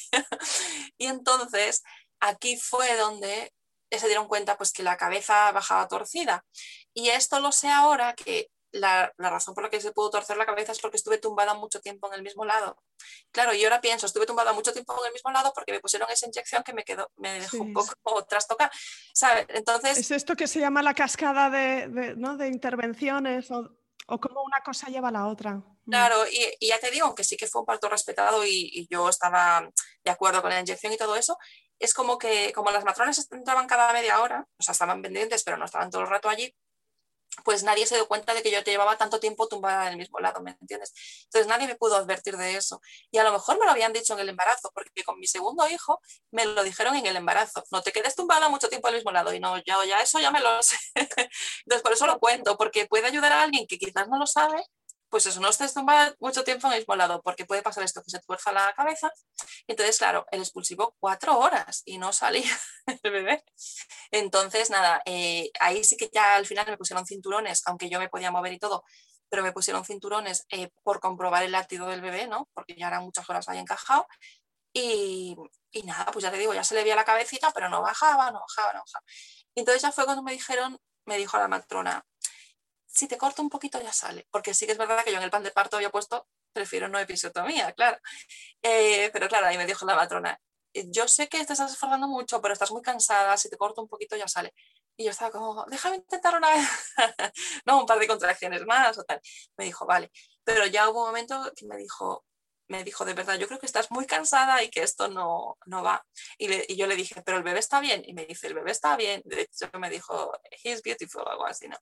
Y entonces aquí fue donde se dieron cuenta pues que la cabeza bajaba torcida. Y esto lo sé ahora, que la, la razón por la que se pudo torcer la cabeza es porque estuve tumbada mucho tiempo en el mismo lado. Claro, y ahora pienso, estuve tumbada mucho tiempo en el mismo lado porque me pusieron esa inyección que me quedó, me dejó un Sí. poco trastocada, ¿sabes? Entonces... Es esto que se llama la cascada de, de, ¿no? de intervenciones o, o cómo una cosa lleva a la otra. Claro, y, y ya te digo, aunque sí que fue un parto respetado y, y yo estaba de acuerdo con la inyección y todo eso, es como que como las matronas entraban cada media hora, o sea, estaban pendientes, pero no estaban todo el rato allí, pues nadie se dio cuenta de que yo te llevaba tanto tiempo tumbada en el mismo lado, ¿me entiendes? Entonces nadie me pudo advertir de eso. Y a lo mejor me lo habían dicho en el embarazo, porque con mi segundo hijo me lo dijeron en el embarazo. No te quedes tumbada mucho tiempo al mismo lado. Y no, yo ya eso ya me lo sé. Entonces por eso lo cuento, porque puede ayudar a alguien que quizás no lo sabe pues eso, no estés tumbada mucho tiempo en el mismo lado, porque puede pasar esto, que se tuerza la cabeza. Y entonces, claro, el expulsivo cuatro horas y no salía el bebé. Entonces, nada, eh, ahí sí que ya al final me pusieron cinturones, aunque yo me podía mover y todo, pero me pusieron cinturones eh, por comprobar el latido del bebé, ¿no? Porque ya eran muchas horas ahí encajado. Y, y nada, pues ya te digo, ya se le veía la cabecita, pero no bajaba, no bajaba, no bajaba. Y entonces ya fue cuando me dijeron, me dijo la matrona, si te corto un poquito ya sale, porque sí que es verdad que yo en el plan de parto había puesto, prefiero no episiotomía, claro. Eh, pero claro, ahí me dijo la matrona, yo sé que te estás esforzando mucho, pero estás muy cansada, si te corto un poquito ya sale. Y yo estaba como, déjame intentar una vez, no, un par de contracciones más o tal. Me dijo, vale, pero ya hubo un momento que me dijo, me dijo, de verdad, yo creo que estás muy cansada y que esto no, no va. Y, le, y yo le dije, pero el bebé está bien. Y me dice, el bebé está bien. De hecho, me dijo, he's beautiful o algo así, ¿no?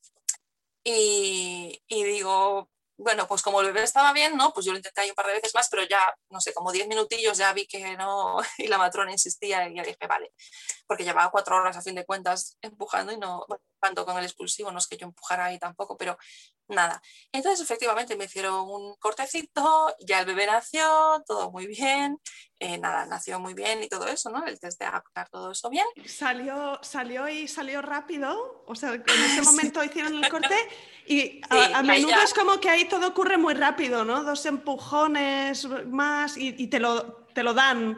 Y, y digo, bueno, pues como el bebé estaba bien, ¿no? Pues yo lo intenté ahí un par de veces más, pero ya, no sé, como diez minutillos ya vi que no, y la matrona insistía y ya dije, vale, porque llevaba cuatro horas a fin de cuentas empujando y no, bueno, tanto con el expulsivo, no es que yo empujara ahí tampoco, pero nada. Entonces efectivamente me hicieron un cortecito, ya el bebé nació, todo muy bien, eh, nada, nació muy bien y todo eso, ¿no? El test de Apgar, todo eso bien. Salió, salió y salió rápido, o sea, en ese Sí, momento hicieron el corte y sí, a, a y ahí menudo ya, es como que ahí todo ocurre muy rápido, ¿no? Dos empujones más y, y te, lo, te lo dan.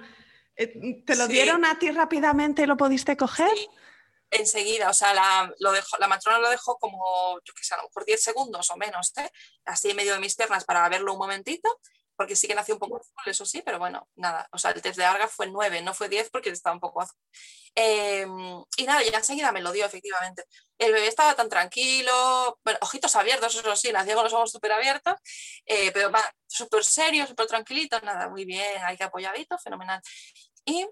Eh, ¿Te lo sí, dieron a ti rápidamente y lo pudiste coger? sí. Enseguida, o sea, la, lo dejó, la matrona lo dejó como, yo qué sé, a lo mejor diez segundos o menos, ¿eh? Así en medio de mis piernas para verlo un momentito, porque sí que nació un poco azul, eso sí, pero bueno, nada, o sea, el test de Arga fue nueve, no fue diez porque estaba un poco azul. Eh, y nada, ya enseguida me lo dio, efectivamente. El bebé estaba tan tranquilo, bueno, ojitos abiertos, eso sí, nació con los ojos súper abiertos, eh, pero va súper serio, súper tranquilito, nada, muy bien, ahí que apoyadito, fenomenal. Y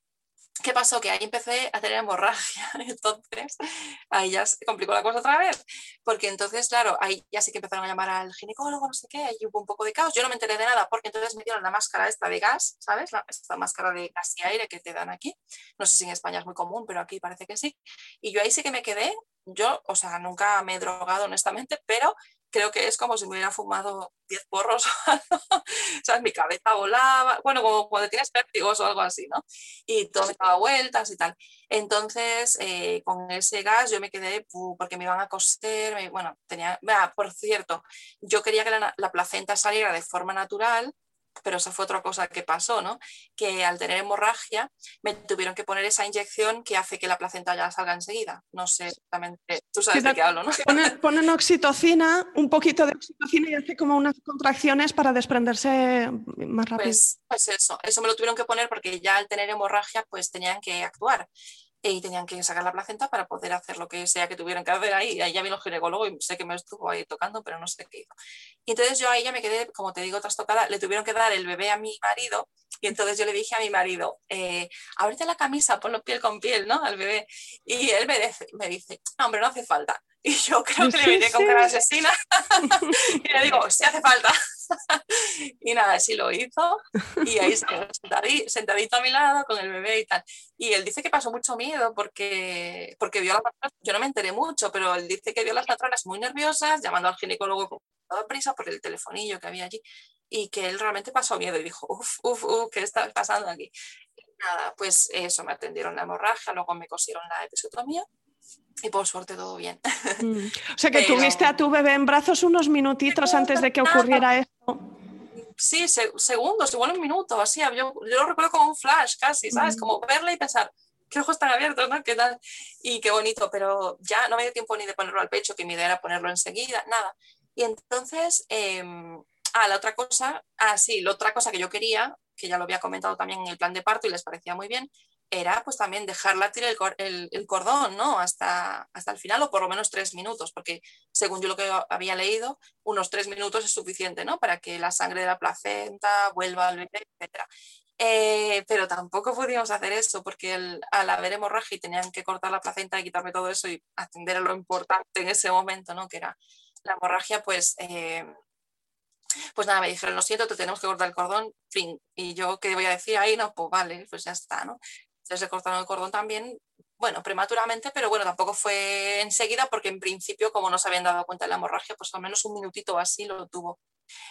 ¿qué pasó? Que ahí empecé a tener hemorragia, entonces ahí ya se complicó la cosa otra vez, porque entonces, claro, ahí ya sí que empezaron a llamar al ginecólogo, no sé qué, ahí hubo un poco de caos, yo no me enteré de nada, porque entonces me dieron la máscara esta de gas, ¿sabes? La, esta máscara de gas y aire que te dan aquí, no sé si en España es muy común, pero aquí parece que sí, y yo ahí sí que me quedé, yo, o sea, nunca me he drogado honestamente, pero creo que es como si me hubiera fumado diez porros, o sea, mi cabeza volaba, bueno, como cuando tienes vértigos o algo así, ¿no? Y todo me daba vueltas y tal. Entonces, eh, con ese gas yo me quedé uh, porque me iban a coser, me, bueno, tenía, ah, por cierto, yo quería que la, la placenta saliera de forma natural, pero esa fue otra cosa que pasó, ¿no? Que al tener hemorragia me tuvieron que poner esa inyección que hace que la placenta ya salga enseguida. No sé exactamente, tú Sí, sabes de qué hablo, ¿no? ponen, ponen oxitocina, un poquito de oxitocina y hace como unas contracciones para desprenderse más rápido. Pues, pues eso, eso me lo tuvieron que poner porque ya al tener hemorragia pues tenían que actuar y tenían que sacar la placenta para poder hacer lo que sea que tuvieran que hacer ahí. Y ahí ya vino el ginecólogo y sé que me estuvo ahí tocando, pero no sé qué hizo. Y entonces yo ahí ya me quedé, como te digo, trastocada. Le tuvieron que dar el bebé a mi marido y entonces yo le dije a mi marido, eh, ábrete la camisa, ponlo piel con piel, ¿no? Al bebé. Y él me dice, me dice, no, hombre, no hace falta. Y yo creo que le Sí, miré con sí. cara asesina y le digo, sí hace falta. Y nada, así lo hizo. Y ahí se quedó sentadito, sentadito a mi lado con el bebé y tal. Y él dice que pasó mucho miedo porque, porque vio a las matronas, yo no me enteré mucho, pero él dice que vio a las matronas muy nerviosas, llamando al ginecólogo con toda prisa por el telefonillo que había allí, y que él realmente pasó miedo y dijo, uff, uff, uff, ¿qué está pasando aquí? Y nada, pues eso, me atendieron la hemorragia, luego me cosieron la episiotomía y por suerte todo bien. Mm. O sea que tuviste Pero a tu bebé en brazos unos minutitos antes de que nada, ocurriera esto. sí, se, segundos, igual un minuto, así, yo, yo lo recuerdo como un flash casi, ¿sabes? Mm. Como verle y pensar, qué ojos están abiertos, ¿no? ¿Qué tal? Y qué bonito, pero ya no me dio tiempo ni de ponerlo al pecho, que mi idea era ponerlo enseguida, nada. Y entonces, eh, ah, la otra cosa, ah, sí, la otra cosa que yo quería, que ya lo había comentado también en el plan de parto y les parecía muy bien, era pues también dejarla tirar el, el, el, cordón, ¿no? Hasta, hasta el final o por lo menos tres minutos, porque según yo lo que había leído, unos tres minutos es suficiente, ¿no? Para que la sangre de la placenta vuelva al bebé, etcétera. Eh, pero tampoco pudimos hacer eso porque el, al haber hemorragia y tenían que cortar la placenta y quitarme todo eso y atender a lo importante en ese momento, ¿no? Que era la hemorragia, pues, eh, pues nada, me dijeron, lo siento, te tenemos que cortar el cordón, fin. Y yo, ¿qué voy a decir ahí? No, pues vale, pues ya está, ¿no? Entonces le cortaron el cordón también, bueno, prematuramente, pero bueno, tampoco fue enseguida porque en principio, como no se habían dado cuenta de la hemorragia, pues al menos un minutito o así lo tuvo.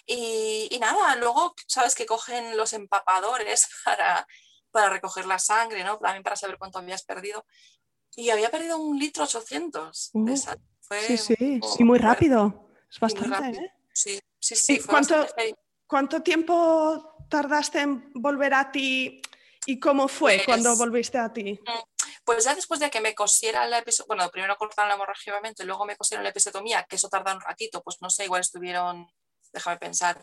Y, y nada, luego, sabes que cogen los empapadores para, para recoger la sangre, ¿no? También para saber cuánto habías perdido. Y había perdido un litro ochocientos de Uh, sangre. sí, Fue un sí, sí, poco muy fuerte rápido. Es y muy bastante, rápido. ¿eh? Sí, sí, sí, ¿Y fue bastante cuánto, heavy. cuánto tiempo tardaste en volver a ti y cómo fue cuando Pues, volviste a ti? pues ya después de que me cosieran la episotomía, bueno, primero cortaron la hemorragia, obviamente, luego me cosieron la episiotomía, que eso tarda un ratito, pues no sé, igual estuvieron, déjame pensar,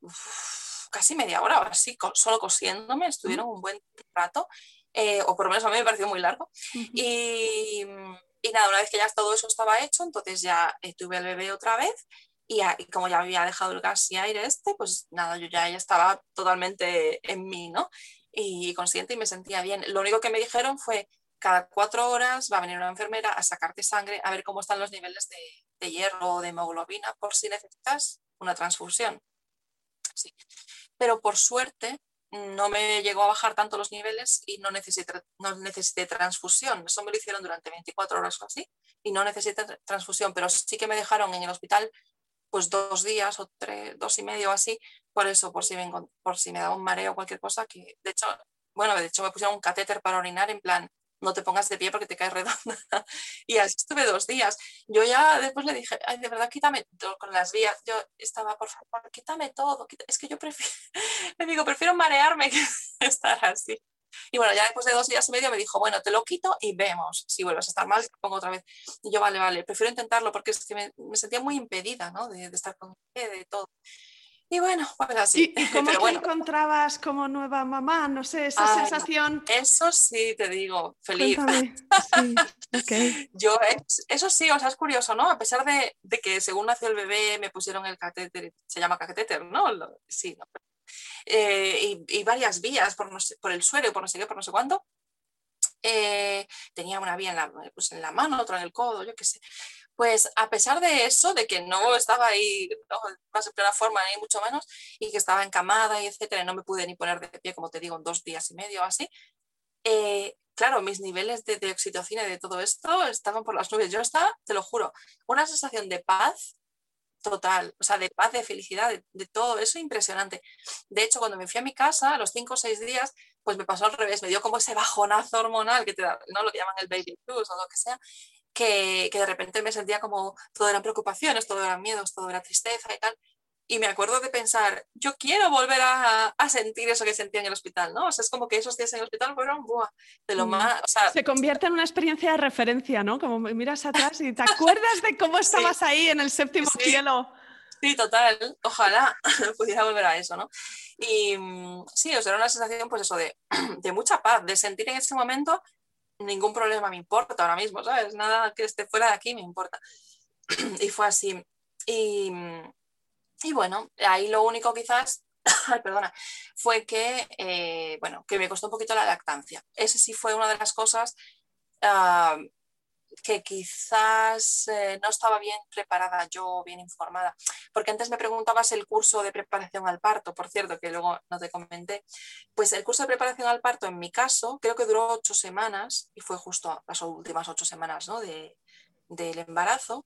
uf, casi media hora o así, co- solo cosiéndome, Uh, estuvieron un buen rato, eh, o por lo menos a mí me pareció muy largo. ujú. Y, y nada, una vez que ya todo eso estaba hecho, entonces ya eh, tuve al bebé otra vez. Y, a- y como ya había dejado el gas y aire este, pues nada, yo ya, ya estaba totalmente en mí, ¿no? Y consciente y me sentía bien. Lo único que me dijeron fue, cada cuatro horas va a venir una enfermera a sacarte sangre a ver cómo están los niveles de, de hierro o de hemoglobina por si necesitas una transfusión. Sí. Pero por suerte no me llegó a bajar tanto los niveles y no necesité, no necesité transfusión. Eso me lo hicieron durante veinticuatro horas o así y no necesité transfusión, pero sí que me dejaron en el hospital pues dos días o tres, dos y medio o así, por eso, por si me, por si me daba un mareo o cualquier cosa, que de hecho, bueno, de hecho me pusieron un catéter para orinar en plan, no te pongas de pie porque te caes redonda. Y así estuve dos días. Yo ya después le dije, ay, de verdad, quítame todo con las vías. Yo estaba, por favor, quítame todo. Quita... Es que yo prefiero, le digo, prefiero marearme que estar así. Y bueno, ya después de dos días y medio me dijo, bueno, te lo quito y vemos. Si vuelves a estar mal, te pongo otra vez. Y yo, vale, vale, prefiero intentarlo porque es que me, me sentía muy impedida, ¿no? De, de estar con de todo. Y bueno, pues así. ¿Y, y cómo Pero te bueno, encontrabas como nueva mamá? No sé, esa ay, sensación. eso sí te digo, feliz. Cuéntame. Sí, ok. Yo, es- eso sí, o sea, es curioso, ¿no? A pesar de, de que según nació el bebé me pusieron el catéter, se llama catéter, ¿no? Lo- sí, ¿no? Eh, y, y varias vías por, no sé, por el suero, por no sé qué, por no sé cuánto. Eh, tenía una vía en la, pues en la mano, otra en el codo, yo qué sé. Pues a pesar de eso, de que no estaba ahí no, más en plena forma, ni mucho menos, y que estaba encamada y etcétera, y no me pude ni poner de pie, como te digo, en dos días y medio o así, eh, claro, mis niveles de, de oxitocina y de todo esto estaban por las nubes. Yo estaba, te lo juro, una sensación de paz total, o sea, de paz, de felicidad, de, de todo eso impresionante. De hecho, cuando me fui a mi casa, a los cinco o seis días, pues me pasó al revés, me dio como ese bajonazo hormonal que te da, ¿no? Lo que llaman el baby blues o lo que sea, que, que de repente me sentía como todo eran preocupaciones, todo eran miedos, todo era tristeza y tal. Y me acuerdo de pensar, yo quiero volver a, a sentir eso que sentía en el hospital, ¿no? O sea, es como que esos días en el hospital fueron, buah, de lo Mm. más, o sea, Se convierte en una experiencia de referencia, ¿no? Como miras atrás y te acuerdas de cómo sí, estabas ahí en el sí, séptimo sí, cielo. sí, total, ojalá pudiera volver a eso, ¿no? Y mm, sí, o sea, era una sensación, pues eso, de, de mucha paz, de sentir en ese momento ningún problema me importa ahora mismo, ¿sabes? Nada que esté fuera de aquí me importa. Y fue así. Y, y bueno, ahí lo único quizás, ay, perdona, fue que, eh, bueno, que me costó un poquito la lactancia. Ese sí fue una de las cosas uh, que quizás eh, no estaba bien preparada yo, bien informada. Porque antes me preguntabas el curso de preparación al parto, por cierto, que luego no te comenté. Pues el curso de preparación al parto, en mi caso, creo que duró ocho semanas y fue justo las últimas ocho semanas, ¿no? de, del embarazo.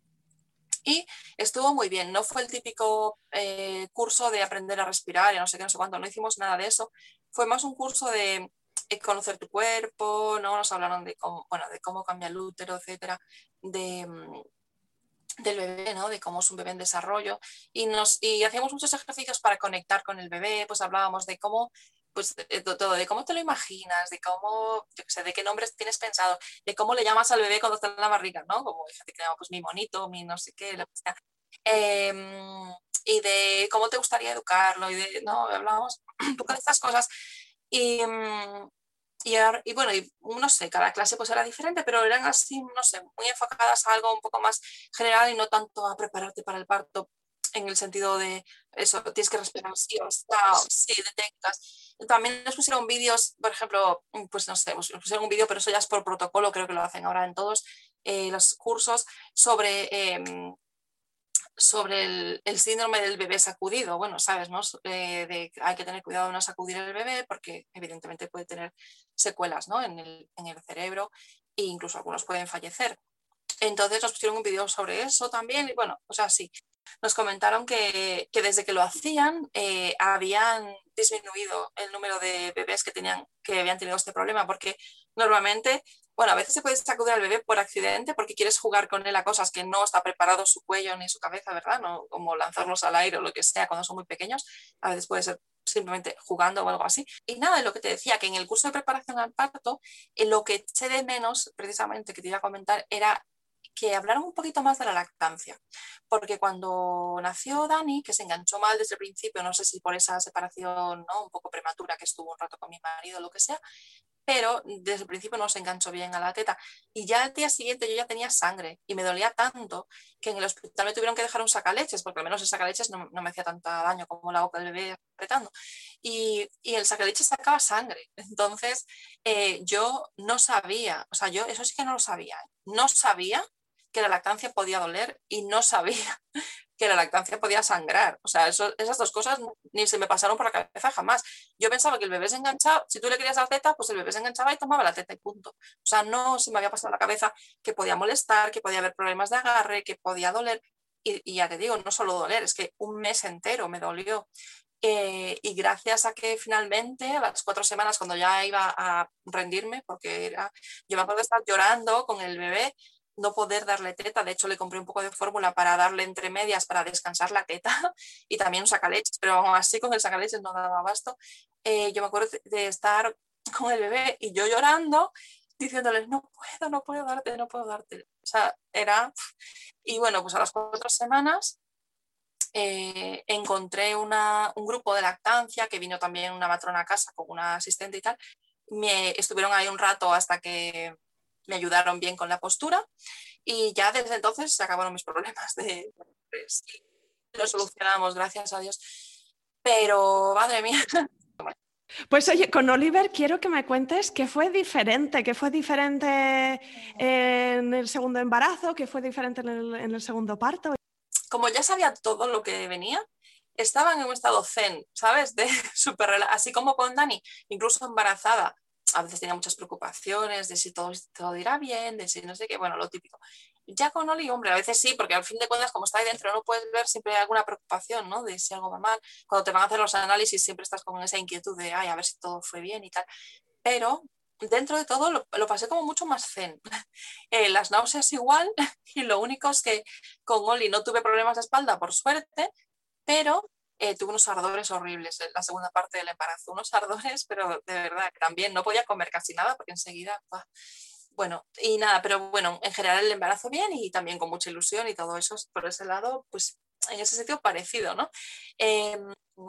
Y estuvo muy bien, no fue el típico eh, curso de aprender a respirar y no sé qué, no sé cuánto, no hicimos nada de eso. Fue más un curso de eh, conocer tu cuerpo, ¿no? Nos hablaron de cómo, bueno, de cómo cambia el útero, etcétera, de, mm, del bebé, ¿no? De cómo es un bebé en desarrollo. Y, nos, y hacíamos muchos ejercicios para conectar con el bebé, pues hablábamos de cómo, pues de, todo, de cómo te lo imaginas, de cómo, yo qué sé, de qué nombres tienes pensado, de cómo le llamas al bebé cuando está en la barriga, ¿no? Como fíjate que llama pues mi monito, mi no sé qué, lo que sea. Eh, y de cómo te gustaría educarlo, y de, no, hablábamos un poco de estas cosas. Y, mm, y, y, bueno, y, no sé, cada clase pues era diferente, pero eran así, no sé, muy enfocadas a algo un poco más general y no tanto a prepararte para el parto en el sentido de eso, tienes que respirar sí o sí, de técnicas. También nos pusieron vídeos, por ejemplo, pues no sé, nos pusieron un vídeo, pero eso ya es por protocolo, creo que lo hacen ahora en todos eh, los cursos, sobre... Eh, sobre el, el, síndrome del bebé sacudido. Bueno, sabes, ¿no? Eh, de, hay que tener cuidado de no sacudir el bebé porque evidentemente puede tener secuelas, ¿no? en, el, en el cerebro. e incluso algunos pueden fallecer. Entonces nos pusieron un vídeo sobre eso también y bueno, o sea, sí, nos comentaron que, que desde que lo hacían eh, habían disminuido el número de bebés que, tenían, que habían tenido este problema, porque normalmente, bueno, a veces se puede sacudir al bebé por accidente porque quieres jugar con él a cosas que no está preparado su cuello ni su cabeza, ¿verdad? No, como lanzarlos al aire o lo que sea cuando son muy pequeños, a veces puede ser simplemente jugando o algo así. Y nada, lo que te decía, que en el curso de preparación al parto, eh, lo que eché de menos, precisamente, que te iba a comentar, era que hablaron un poquito más de la lactancia, porque cuando nació Dani, que se enganchó mal desde el principio, no sé si por esa separación, ¿no?, un poco prematura que estuvo un rato con mi marido o lo que sea, pero desde el principio no se enganchó bien a la teta. Y ya al día siguiente yo ya tenía sangre y me dolía tanto que en el hospital me tuvieron que dejar un sacaleches, porque al menos el sacaleches no, no me hacía tanto daño como la boca del bebé apretando. Y, y el sacaleches sacaba sangre. Entonces eh, yo no sabía, o sea, yo eso sí que no lo sabía. ¿eh? No sabía que la lactancia podía doler y no sabía que la lactancia podía sangrar. O sea, eso, esas dos cosas ni se me pasaron por la cabeza jamás. Yo pensaba que el bebé se enganchaba, si tú le querías dar teta, pues el bebé se enganchaba y tomaba la teta y punto. O sea, no se me había pasado la cabeza que podía molestar, que podía haber problemas de agarre, que podía doler. Y, y ya te digo, no solo doler, es que un mes entero me dolió. Eh, y gracias a que finalmente, a las cuatro semanas, cuando ya iba a rendirme, porque era, yo me acuerdo de estar llorando con el bebé, no poder darle teta, de hecho le compré un poco de fórmula para darle entre medias para descansar la teta y también un sacaleches, pero aún así con el sacaleches no daba abasto. Eh, yo me acuerdo de estar con el bebé y yo llorando, diciéndoles, no puedo, no puedo darte, no puedo darte. O sea, era... Y bueno, pues a las cuatro semanas eh, encontré una, un grupo de lactancia que vino también una matrona a casa con una asistente y tal. Me estuvieron ahí un rato hasta que me ayudaron bien con la postura y ya desde entonces se acabaron mis problemas de pues, lo solucionamos, gracias a Dios. Pero, madre mía. Pues oye, con Oliver quiero que me cuentes qué fue diferente, qué fue diferente en el segundo embarazo, qué fue diferente en el, en el segundo parto. Como ya sabía todo lo que venía, estaban en un estado zen, ¿sabes? De super, así como con Dani, incluso embarazada. A veces tenía muchas preocupaciones de si todo, todo irá bien, de si no sé qué, bueno, lo típico. Ya con Oli, hombre, a veces sí, porque al fin de cuentas, como está ahí dentro, no puedes ver siempre alguna preocupación, ¿no? De si algo va mal. Cuando te van a hacer los análisis, siempre estás con esa inquietud de, ay, a ver si todo fue bien y tal. Pero dentro de todo lo, lo pasé como mucho más zen. Eh, las náuseas igual, y lo único es que con Oli no tuve problemas de espalda, por suerte, pero eh, tuve unos ardores horribles en la segunda parte del embarazo, unos ardores, pero de verdad, también no podía comer casi nada porque enseguida, ¡buah! Bueno, y nada, pero bueno, en general el embarazo bien y también con mucha ilusión y todo eso, por ese lado, pues en ese sentido parecido, ¿no? Eh,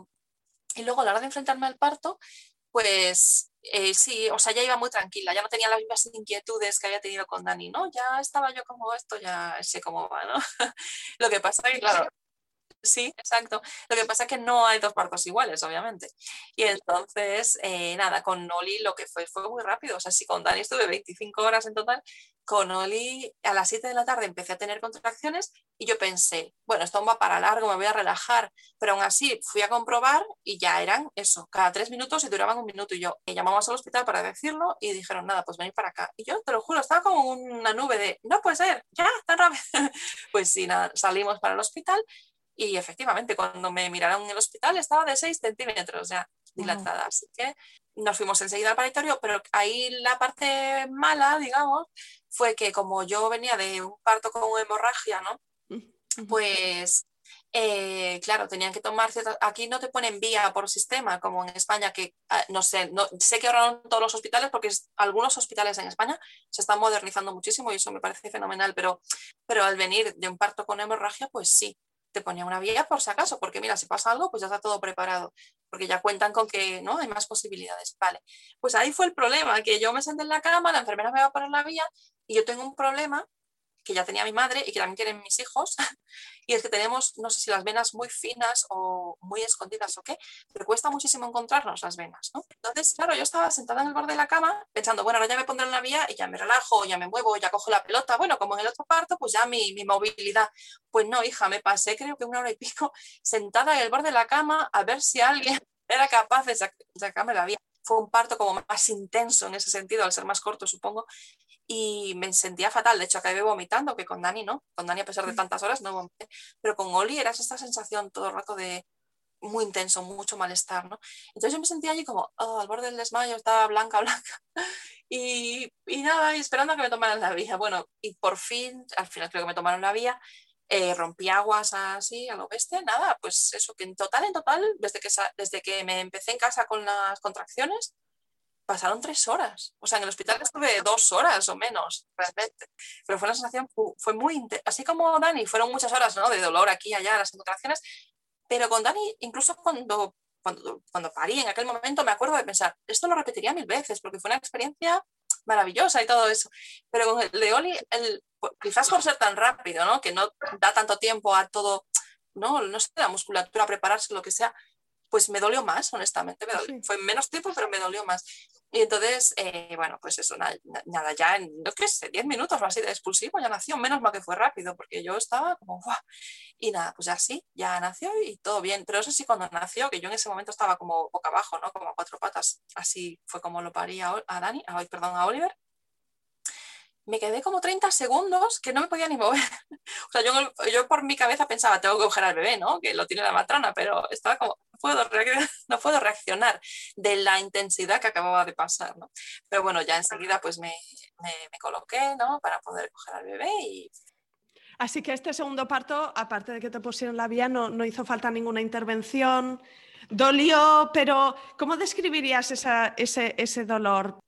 y luego a la hora de enfrentarme al parto, pues eh, sí, o sea, ya iba muy tranquila, ya no tenía las mismas inquietudes que había tenido con Dani, ¿no? Ya estaba yo como esto, ya sé cómo va, ¿no? Lo que pasa es que, claro, sí, exacto. Lo que pasa es que no hay dos partos iguales, obviamente. Y entonces, eh, nada, con Oli lo que fue fue muy rápido. O sea, si con Dani estuve veinticinco horas en total, con Oli a las siete de la tarde empecé a tener contracciones y yo pensé, bueno, esto va para largo, me voy a relajar. Pero aún así fui a comprobar y ya eran eso, cada tres minutos y duraban un minuto. Y yo eh, llamamos al hospital para decirlo y dijeron, nada, pues venid para acá. Y yo te lo juro, estaba como una nube de, no puede ser, ya, tan rápido. Pues sí, nada, salimos para el hospital. Y efectivamente, cuando me miraron en el hospital estaba de seis centímetros ya dilatada. Wow. Así que nos fuimos enseguida al paritorio, pero ahí la parte mala, digamos, fue que como yo venía de un parto con hemorragia, ¿no? Pues, eh, claro, tenían que tomar ciertas... Aquí no te ponen vía por sistema, como en España, que no sé, no, sé que ahora todos los hospitales, porque algunos hospitales en España se están modernizando muchísimo y eso me parece fenomenal, pero, pero al venir de un parto con hemorragia, pues sí, te ponía una vía por si acaso, porque mira, si pasa algo, pues ya está todo preparado, porque ya cuentan con que no hay más posibilidades. Vale, pues ahí fue el problema, que yo me senté en la cama, la enfermera me va a poner la vía y yo tengo un problema que ya tenía mi madre y que también tienen mis hijos, y es que tenemos, no sé si las venas muy finas o muy escondidas o qué, pero cuesta muchísimo encontrarnos las venas, ¿no? Entonces, claro, yo estaba sentada en el borde de la cama pensando, bueno, ahora ya me pondré en la vía y ya me relajo, ya me muevo, ya cojo la pelota, bueno, como en el otro parto, pues ya mi, mi movilidad. Pues no, hija, me pasé creo que una hora y pico sentada en el borde de la cama a ver si alguien era capaz de sac- sacarme la vía. Fue un parto como más intenso en ese sentido, al ser más corto, supongo. y me sentía fatal. De hecho, acabé vomitando, que con Dani no. Con Dani, a pesar de tantas horas, no vomité. Pero con Oli era esta sensación todo el rato de muy intenso, mucho malestar, ¿no? Entonces yo me sentía allí como oh, al borde del desmayo, estaba blanca, blanca. Y, y nada, y esperando a que me tomaran la vía. Bueno, y por fin, al final creo que me tomaron la vía. Eh, rompí aguas así a lo bestia, nada, pues eso, que en total, en total, desde que, desde que me empecé en casa con las contracciones, pasaron tres horas. O sea, en el hospital estuve dos horas o menos, realmente. Pero fue una sensación, fue muy, así como Dani, fueron muchas horas, ¿no? De dolor aquí y allá, las contracciones, pero con Dani, incluso cuando, cuando, cuando parí en aquel momento, me acuerdo de pensar, esto lo repetiría mil veces, porque fue una experiencia maravillosa y todo eso. Pero con el de Oli, el, quizás por ser tan rápido, ¿no? Que no da tanto tiempo a todo, no, no sé, la musculatura, a prepararse, lo que sea, pues me dolió más, honestamente. Me dolió. Sí. Fue menos tiempo, pero me dolió más. Y entonces, eh, bueno, pues eso, nada, nada, ya en, no qué sé, diez minutos o así de expulsivo ya nació, menos mal que fue rápido, porque yo estaba como, ¡guau! Y nada, pues así, ya nació y todo bien. Pero eso sí, cuando nació, que yo en ese momento estaba como boca abajo, ¿no? Como a cuatro patas, así fue como lo parí a, a Dani, a, perdón, a Oliver. Me quedé como treinta segundos que no me podía ni mover. O sea, yo, yo por mi cabeza pensaba, tengo que coger al bebé, ¿no? Que lo tiene la matrona, pero estaba como, no puedo, reaccionar, no puedo reaccionar de la intensidad que acababa de pasar, ¿no? Pero bueno, ya enseguida pues me, me, me coloqué, ¿no? Para poder coger al bebé y... Así que este segundo parto, aparte de que te pusieron la vía, no, no hizo falta ninguna intervención, dolió, pero ¿cómo describirías esa, ese, ese dolor?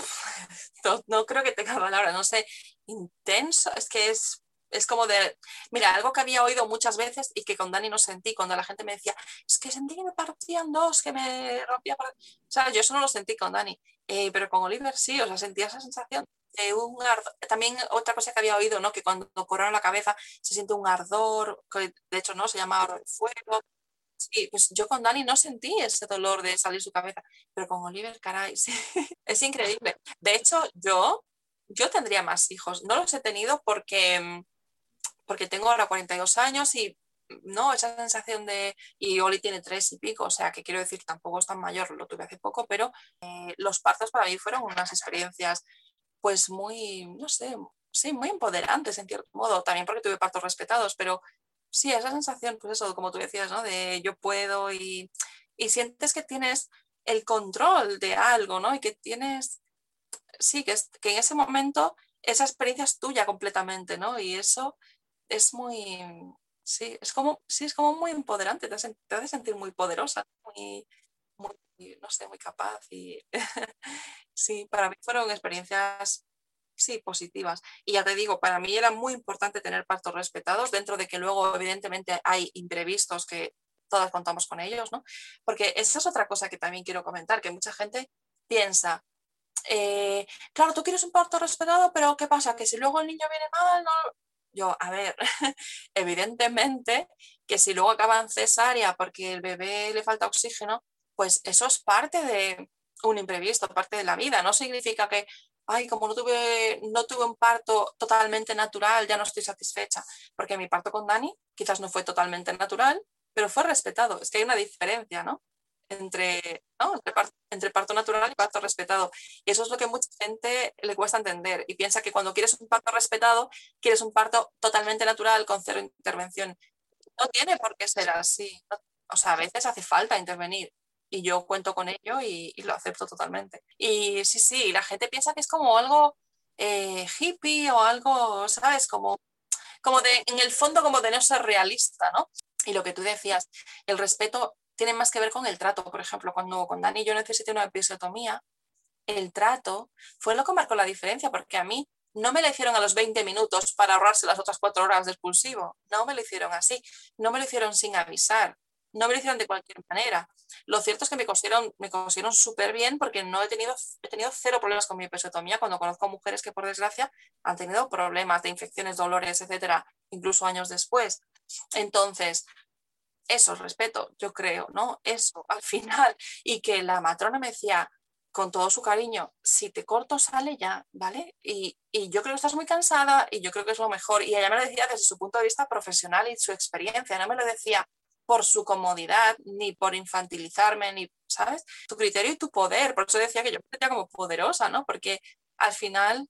No, no creo que tenga palabras, no sé, intenso, es que es, es como de, mira, algo que había oído muchas veces y que con Dani no sentí, cuando la gente me decía, es que sentí que me partían dos, que me rompía, o sea, yo eso no lo sentí con Dani, eh, pero con Oliver sí, o sea, sentía esa sensación de un ardor. También otra cosa que había oído, ¿no? Que cuando cortaron la cabeza se siente un ardor, que de hecho no se llama ardor de fuego. Sí, pues yo con Dani no sentí ese dolor de salir su cabeza, pero con Oliver, caray, sí, es increíble. De hecho, yo, yo tendría más hijos. No los he tenido porque, porque tengo ahora cuarenta y dos años y no, esa sensación de, y Oli tiene tres y pico, o sea, que quiero decir, tampoco es tan mayor, lo tuve hace poco, pero eh, los partos para mí fueron unas experiencias, pues muy, no sé, sí, muy empoderantes en cierto modo, también porque tuve partos respetados, pero sí, esa sensación, pues eso, como tú decías, ¿no? De yo puedo y, y sientes que tienes el control de algo, ¿no? Y que tienes, sí, que, es, que en ese momento esa experiencia es tuya completamente, ¿no? Y eso es muy, sí, es como, sí, es como muy empoderante, te hace, te hace sentir muy poderosa, muy, muy, no sé, muy capaz. Y sí, para mí fueron experiencias, sí, positivas. Y ya te digo, para mí era muy importante tener partos respetados, dentro de que luego evidentemente hay imprevistos que todas contamos con ellos, ¿no? Porque esa es otra cosa que también quiero comentar, que mucha gente piensa, eh, claro, tú quieres un parto respetado, pero ¿qué pasa? Que si luego el niño viene mal, no... Yo, a ver, evidentemente que si luego acaba en cesárea porque el bebé le falta oxígeno, pues eso es parte de un imprevisto, parte de la vida. No significa que, ay, como no tuve, no tuve un parto totalmente natural, ya no estoy satisfecha. Porque mi parto con Dani quizás no fue totalmente natural, pero fue respetado. Es que hay una diferencia, ¿no? Entre, ¿no? Entre, parto, entre parto natural y parto respetado. Y eso es lo que a mucha gente le cuesta entender y piensa que cuando quieres un parto respetado, quieres un parto totalmente natural con cero intervención. No tiene por qué ser así. O sea, a veces hace falta intervenir y yo cuento con ello y, y lo acepto totalmente. Y sí, sí, la gente piensa que es como algo eh, hippie o algo, ¿sabes? Como, como de, en el fondo, como de no ser realista, ¿no? Y lo que tú decías, el respeto tiene más que ver con el trato. Por ejemplo, cuando con Dani yo necesité una episiotomía, el trato fue lo que marcó la diferencia, porque a mí no me lo hicieron a los veinte minutos para ahorrarse las otras cuatro horas de expulsivo. No me lo hicieron así. No me lo hicieron sin avisar. No me lo hicieron de cualquier manera. Lo cierto es que me cosieron, me cosieron súper bien porque no he tenido, he tenido cero problemas con mi episiotomía cuando conozco mujeres que, por desgracia, han tenido problemas de infecciones, dolores, etcétera, incluso años después. Entonces, eso, respeto, yo creo, ¿no? Eso, al final. Y que la matrona me decía, con todo su cariño, si te corto sale ya, ¿vale? Y, y yo creo que estás muy cansada y yo creo que es lo mejor. Y ella me lo decía desde su punto de vista profesional y su experiencia, no me lo decía por su comodidad, ni por infantilizarme, ni, ¿sabes? Tu criterio y tu poder. Por eso decía que yo me sentía como poderosa, ¿no? Porque al final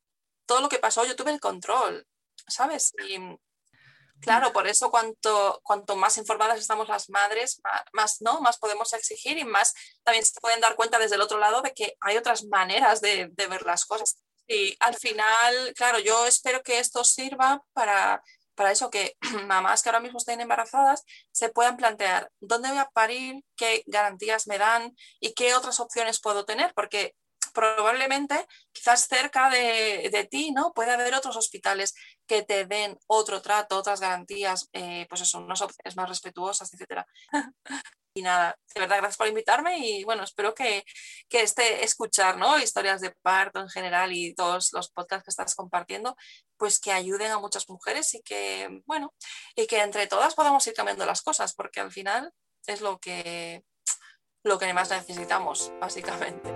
todo lo que pasó yo tuve el control, ¿sabes? Y claro, por eso cuanto, cuanto más informadas estamos las madres, más, más, ¿no? más podemos exigir y más también se pueden dar cuenta desde el otro lado de que hay otras maneras de, de ver las cosas. Y al final, claro, yo espero que esto sirva para, para eso, que mamás que ahora mismo estén embarazadas se puedan plantear dónde voy a parir, qué garantías me dan y qué otras opciones puedo tener, porque probablemente quizás cerca de, de ti, ¿no? Puede haber otros hospitales que te den otro trato, otras garantías, eh, pues eso, unas opciones más respetuosas, etcétera. Y nada, de verdad, gracias por invitarme y bueno, espero que, que este escuchar, ¿no? Historias de parto en general y todos los podcasts que estás compartiendo, pues que ayuden a muchas mujeres y que, bueno, y que entre todas podamos ir cambiando las cosas, porque al final es lo que, lo que más necesitamos, básicamente.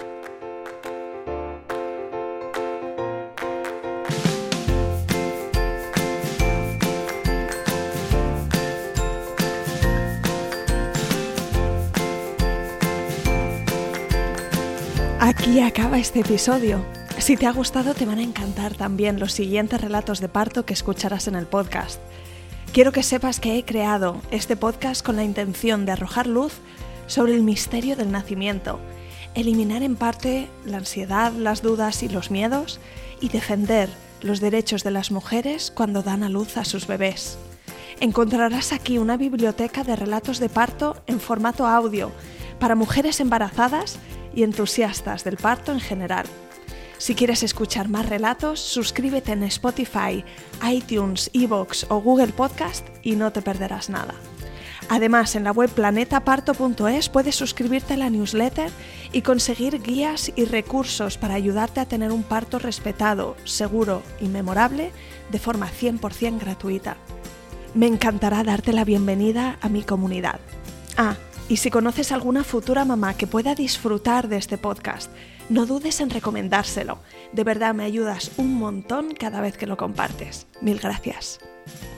Aquí acaba este episodio. Si te ha gustado, te van a encantar también los siguientes relatos de parto que escucharás en el podcast. Quiero que sepas que he creado este podcast con la intención de arrojar luz sobre el misterio del nacimiento, eliminar en parte la ansiedad, las dudas y los miedos y defender los derechos de las mujeres cuando dan a luz a sus bebés. Encontrarás aquí una biblioteca de relatos de parto en formato audio para mujeres embarazadas y entusiastas del parto en general. Si quieres escuchar más relatos, suscríbete en Spotify, iTunes, iVoox o Google Podcast y no te perderás nada. Además, en la web planeta parto punto es puedes suscribirte a la newsletter y conseguir guías y recursos para ayudarte a tener un parto respetado, seguro y memorable de forma cien por ciento gratuita. Me encantará darte la bienvenida a mi comunidad. Ah, y si conoces alguna futura mamá que pueda disfrutar de este podcast, no dudes en recomendárselo. De verdad me ayudas un montón cada vez que lo compartes. Mil gracias.